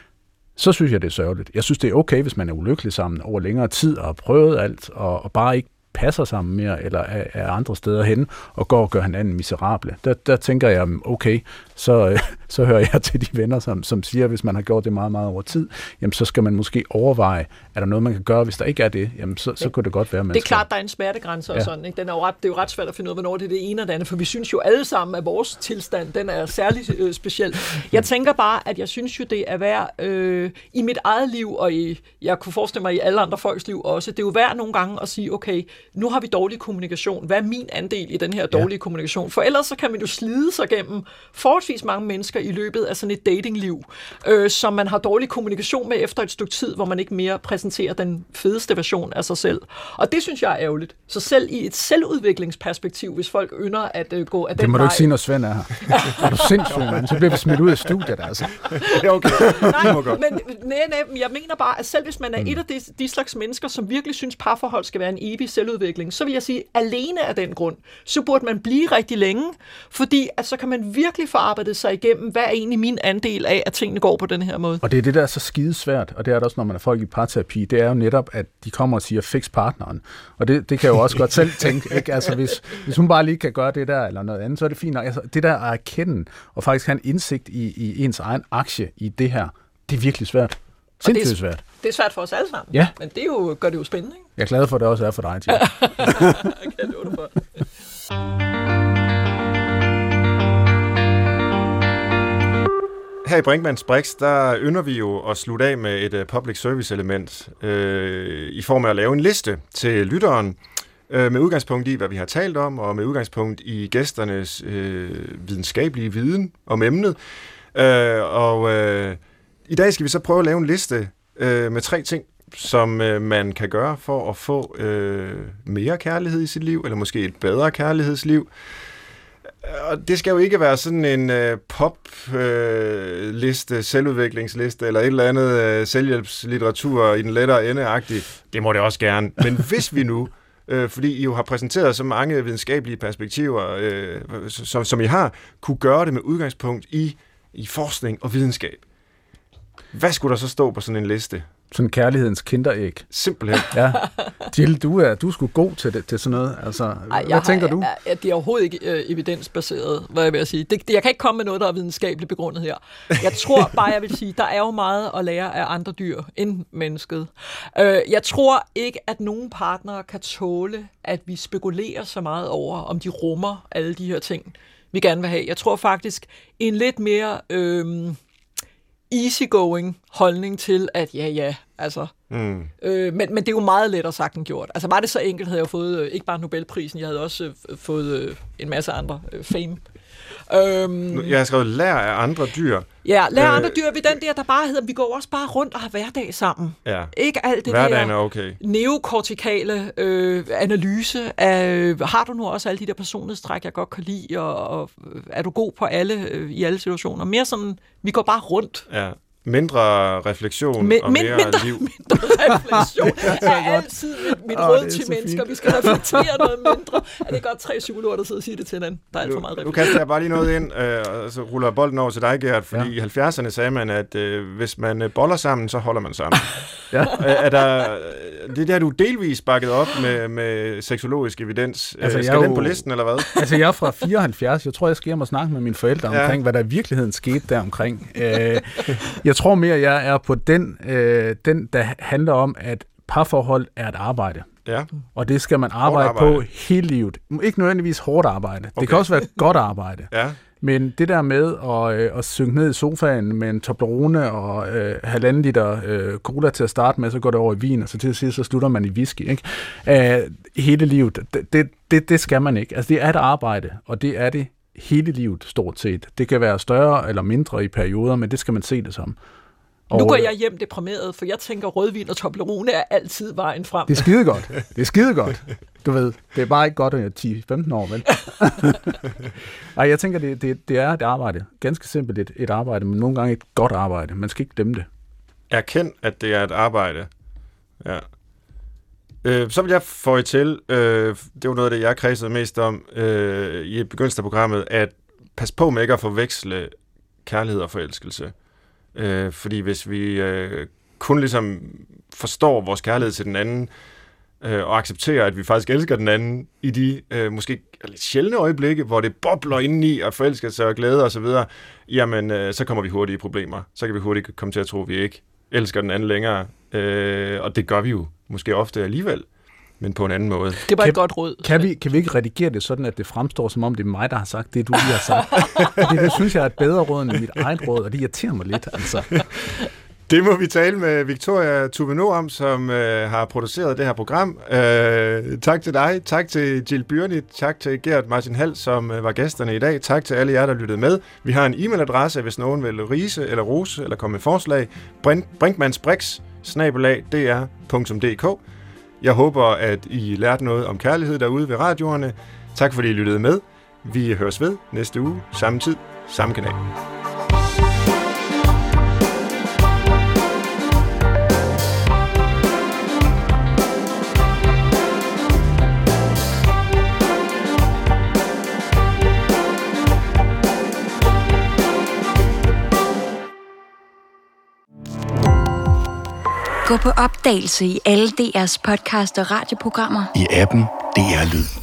Så synes jeg, det er sørgeligt. Jeg synes, det er okay, hvis man er ulykkelig sammen over længere tid og har prøvet alt, og, og bare ikke passer sammen mere, eller er, er andre steder hen, og går og gør hinanden miserable. Der, der tænker jeg, okay, så, øh, så hører jeg til de venner, som, som siger, hvis man har gjort det meget, meget over tid, jamen så skal man måske overveje, er der noget, man kan gøre, hvis der ikke er det, jamen så, så kunne det godt være, man
Det er
skal.
klart, der er en smertegrænse og ja. Sådan, ikke? Den er jo ret, det er jo ret svært at finde ud af, hvornår det er det ene og det andet, for vi synes jo alle sammen, at vores tilstand, den er særlig øh, speciel. Jeg tænker bare, at jeg synes jo, det er værd øh, i mit eget liv, og i, jeg kunne forestille mig i alle andre folks liv også, det er jo værd nogle gange at sige, okay, nu har vi dårlig kommunikation. Hvad er min andel i den her dårlige ja. kommunikation? For ellers så kan man jo slide sig gennem forholdsvis mange mennesker i løbet af sådan et datingliv, øh, som man har dårlig kommunikation med efter et stykke tid, hvor man ikke mere præsenterer den fedeste version af sig selv. Og det synes jeg er ærgerligt. Så selv i et selvudviklingsperspektiv, hvis folk ynder at øh, gå af den vej...
Det må du ikke sige, når Svend er her. Er du sindssyg, mand? Så bliver vi smidt ud af studiet, altså.
Det er okay.
Nej, men nej, nej, jeg mener bare, at selv hvis man er mm. et af de, de slags mennesker, som virkelig synes, parforhold skal være en evig selvudvikling, så vil jeg sige, alene af den grund, så burde man blive rigtig længe, fordi at så kan man virkelig få arbejdet sig igennem, hvad er egentlig min andel af, at tingene går på den her måde.
Og det er det, der er så skidesvært, og det er det også, når man er folk i parterapi, det er jo netop, at de kommer og siger, fix partneren. Og det, det kan jeg jo også godt selv tænke, ikke? Altså hvis, hvis hun bare lige kan gøre det der, eller noget andet, så er det fint. Altså, det der at erkende, og faktisk have en indsigt i, i ens egen aktie i det her, det er virkelig svært. Sindssygt
det er,
svært.
Det er svært for os alle sammen,
ja.
Men det er jo, gør det jo spændende, ikke?
Jeg er glad for, at det også er for dig, Tia.
Okay, det var det for.
Her i Brinkmanns Brix, der ynder vi jo at slutte af med et uh, public service element øh, i form af at lave en liste til lytteren, øh, med udgangspunkt i, hvad vi har talt om, og med udgangspunkt i gæsternes øh, videnskabelige viden om emnet. Øh, og øh, i dag skal vi så prøve at lave en liste øh, med tre ting, som øh, man kan gøre for at få øh, mere kærlighed i sit liv, eller måske et bedre kærlighedsliv. Og det skal jo ikke være sådan en øh, pop-liste, øh, selvudviklingsliste, eller et eller andet øh, selvhjælpslitteratur i den lettere ende-agtige. Det må det også gerne. Men hvis vi nu, øh, fordi I jo har præsenteret så mange videnskabelige perspektiver, øh, som, som I har, kunne gøre det med udgangspunkt i, i forskning og videnskab. Hvad skulle der så stå på sådan en liste?
Sådan kærlighedens kinderæg.
Simpelthen.
Ja. Jill, du er, du er sgu god til, det, til sådan noget. Altså,
Ej,
hvad tænker
har,
du?
Ja, det er overhovedet ikke øh, evidensbaseret, hvad jeg vil sige. Det, det, jeg kan ikke komme med noget, der er videnskabeligt begrundet her. Jeg tror bare, jeg vil sige, der er jo meget at lære af andre dyr end mennesket. Øh, jeg tror ikke, at nogen partnere kan tåle, at vi spekulerer så meget over, om de rummer alle de her ting, vi gerne vil have. Jeg tror faktisk, en lidt mere øh, easygoing holdning til, at ja, ja, altså... Mm. Øh, men, men det er jo meget lettere sagt end gjort. Altså var det så enkelt, havde jeg fået øh, ikke bare Nobelprisen, jeg havde også øh, fået øh, en masse andre øh, fame.
Øhm, jeg har skrevet lær af andre dyr.
Ja, lær af øh, andre dyr ved den der, der bare hedder, vi går også bare rundt og har hverdag sammen.
Ja.
Ikke alt det
Hverdagen
der
er okay.
neokortikale øh, analyse af, øh, har du nu også alle de der personlighedstræk, jeg godt kan lide, og, og er du god på alle øh, i alle situationer? Mere sådan, vi går bare rundt.
Ja. Mindre refleksion
min,
og mere
mindre,
liv.
Mindre refleksion er altid mit, mit oh, råd til mennesker. Fint. Vi skal reflektere noget mindre. Er det godt tre psykologer, der sidder og siger det til hinanden? Der er alt for meget refleksion.
Nu kaster jeg bare lige noget ind, øh, og så ruller jeg bolden over til dig, Gert, fordi ja. i halvfjerdserne sagde man, at øh, hvis man boller sammen, så holder man sammen. ja. er der, det der, du delvis bakket op med, med seksologisk evidens. Altså, øh, skal den jo, på listen, eller hvad?
Altså, jeg er fra fireoghalvfjerds. Jeg tror, jeg skal hjem og snakke med mine forældre ja. omkring, hvad der i virkeligheden skete der omkring. Øh, Jeg tror mere, jeg er på den, øh, den, der handler om, at parforhold er et arbejde.
Ja.
Og det skal man arbejde, arbejde på hele livet. Ikke nødvendigvis hårdt arbejde. Okay. Det kan også være godt arbejde.
ja.
Men det der med at, øh, at synke ned i sofaen med en Toblerone og øh, halvanden liter øh, cola til at starte med, så går det over i vin, og så til at sige, så slutter man i whisky. Ikke? Æh, hele livet, det, det, det skal man ikke. Altså, det er et arbejde, og det er det hele livet stort set. Det kan være større eller mindre i perioder, men det skal man se det som.
Og nu går jeg hjem deprimeret, for jeg tænker, rødvin og Toblerone er altid vejen frem.
Det er skide godt. Det er skide godt. Du ved, det er bare ikke godt at ti til femten år, vel? Ej, jeg tænker, det, det, det er et arbejde. Ganske simpelt et, et arbejde, men nogle gange et godt arbejde. Man skal ikke glemme det.
Erkend, at det er et arbejde. Ja. Øh, så vil jeg få til, øh, det var noget af det, jeg kredsede mest om øh, i begyndelsen af programmet, at pas på med ikke at forveksle kærlighed og forelskelse. Øh, fordi hvis vi øh, kun ligesom forstår vores kærlighed til den anden, øh, og accepterer, at vi faktisk elsker den anden i de øh, måske lidt sjældne øjeblikke, hvor det bobler indeni og forelsker sig og glæder osv., jamen øh, så kommer vi hurtigt i problemer. Så kan vi hurtigt komme til at tro, at vi ikke elsker den anden længere. Øh, og det gør vi jo måske ofte alligevel, men på en anden måde.
Det var et godt råd.
Kan vi, kan vi ikke redigere det sådan, at det fremstår, som om det er mig, der har sagt det, du lige har sagt? det, det synes jeg er et bedre råd end mit eget råd, og det irriterer mig lidt. Altså.
Det må vi tale med Victoria Tuveno om, som øh, har produceret det her program. Øh, tak til dig, tak til Jill Byrne, tak til Gert Martin Hald, som øh, var gæsterne i dag. Tak til alle jer, der lyttede med. Vi har en e-mailadresse, hvis nogen vil rise eller rose eller komme med forslag. brinkmannsbrix snabel-a d r punktum d k. Jeg håber, at I lærte noget om kærlighed derude ved radioerne. Tak fordi I lyttede med. Vi høres ved næste uge, samme tid, samme kanal.
Gå på opdagelse i alle D R's podcast og radioprogrammer.
I appen D R Lyd.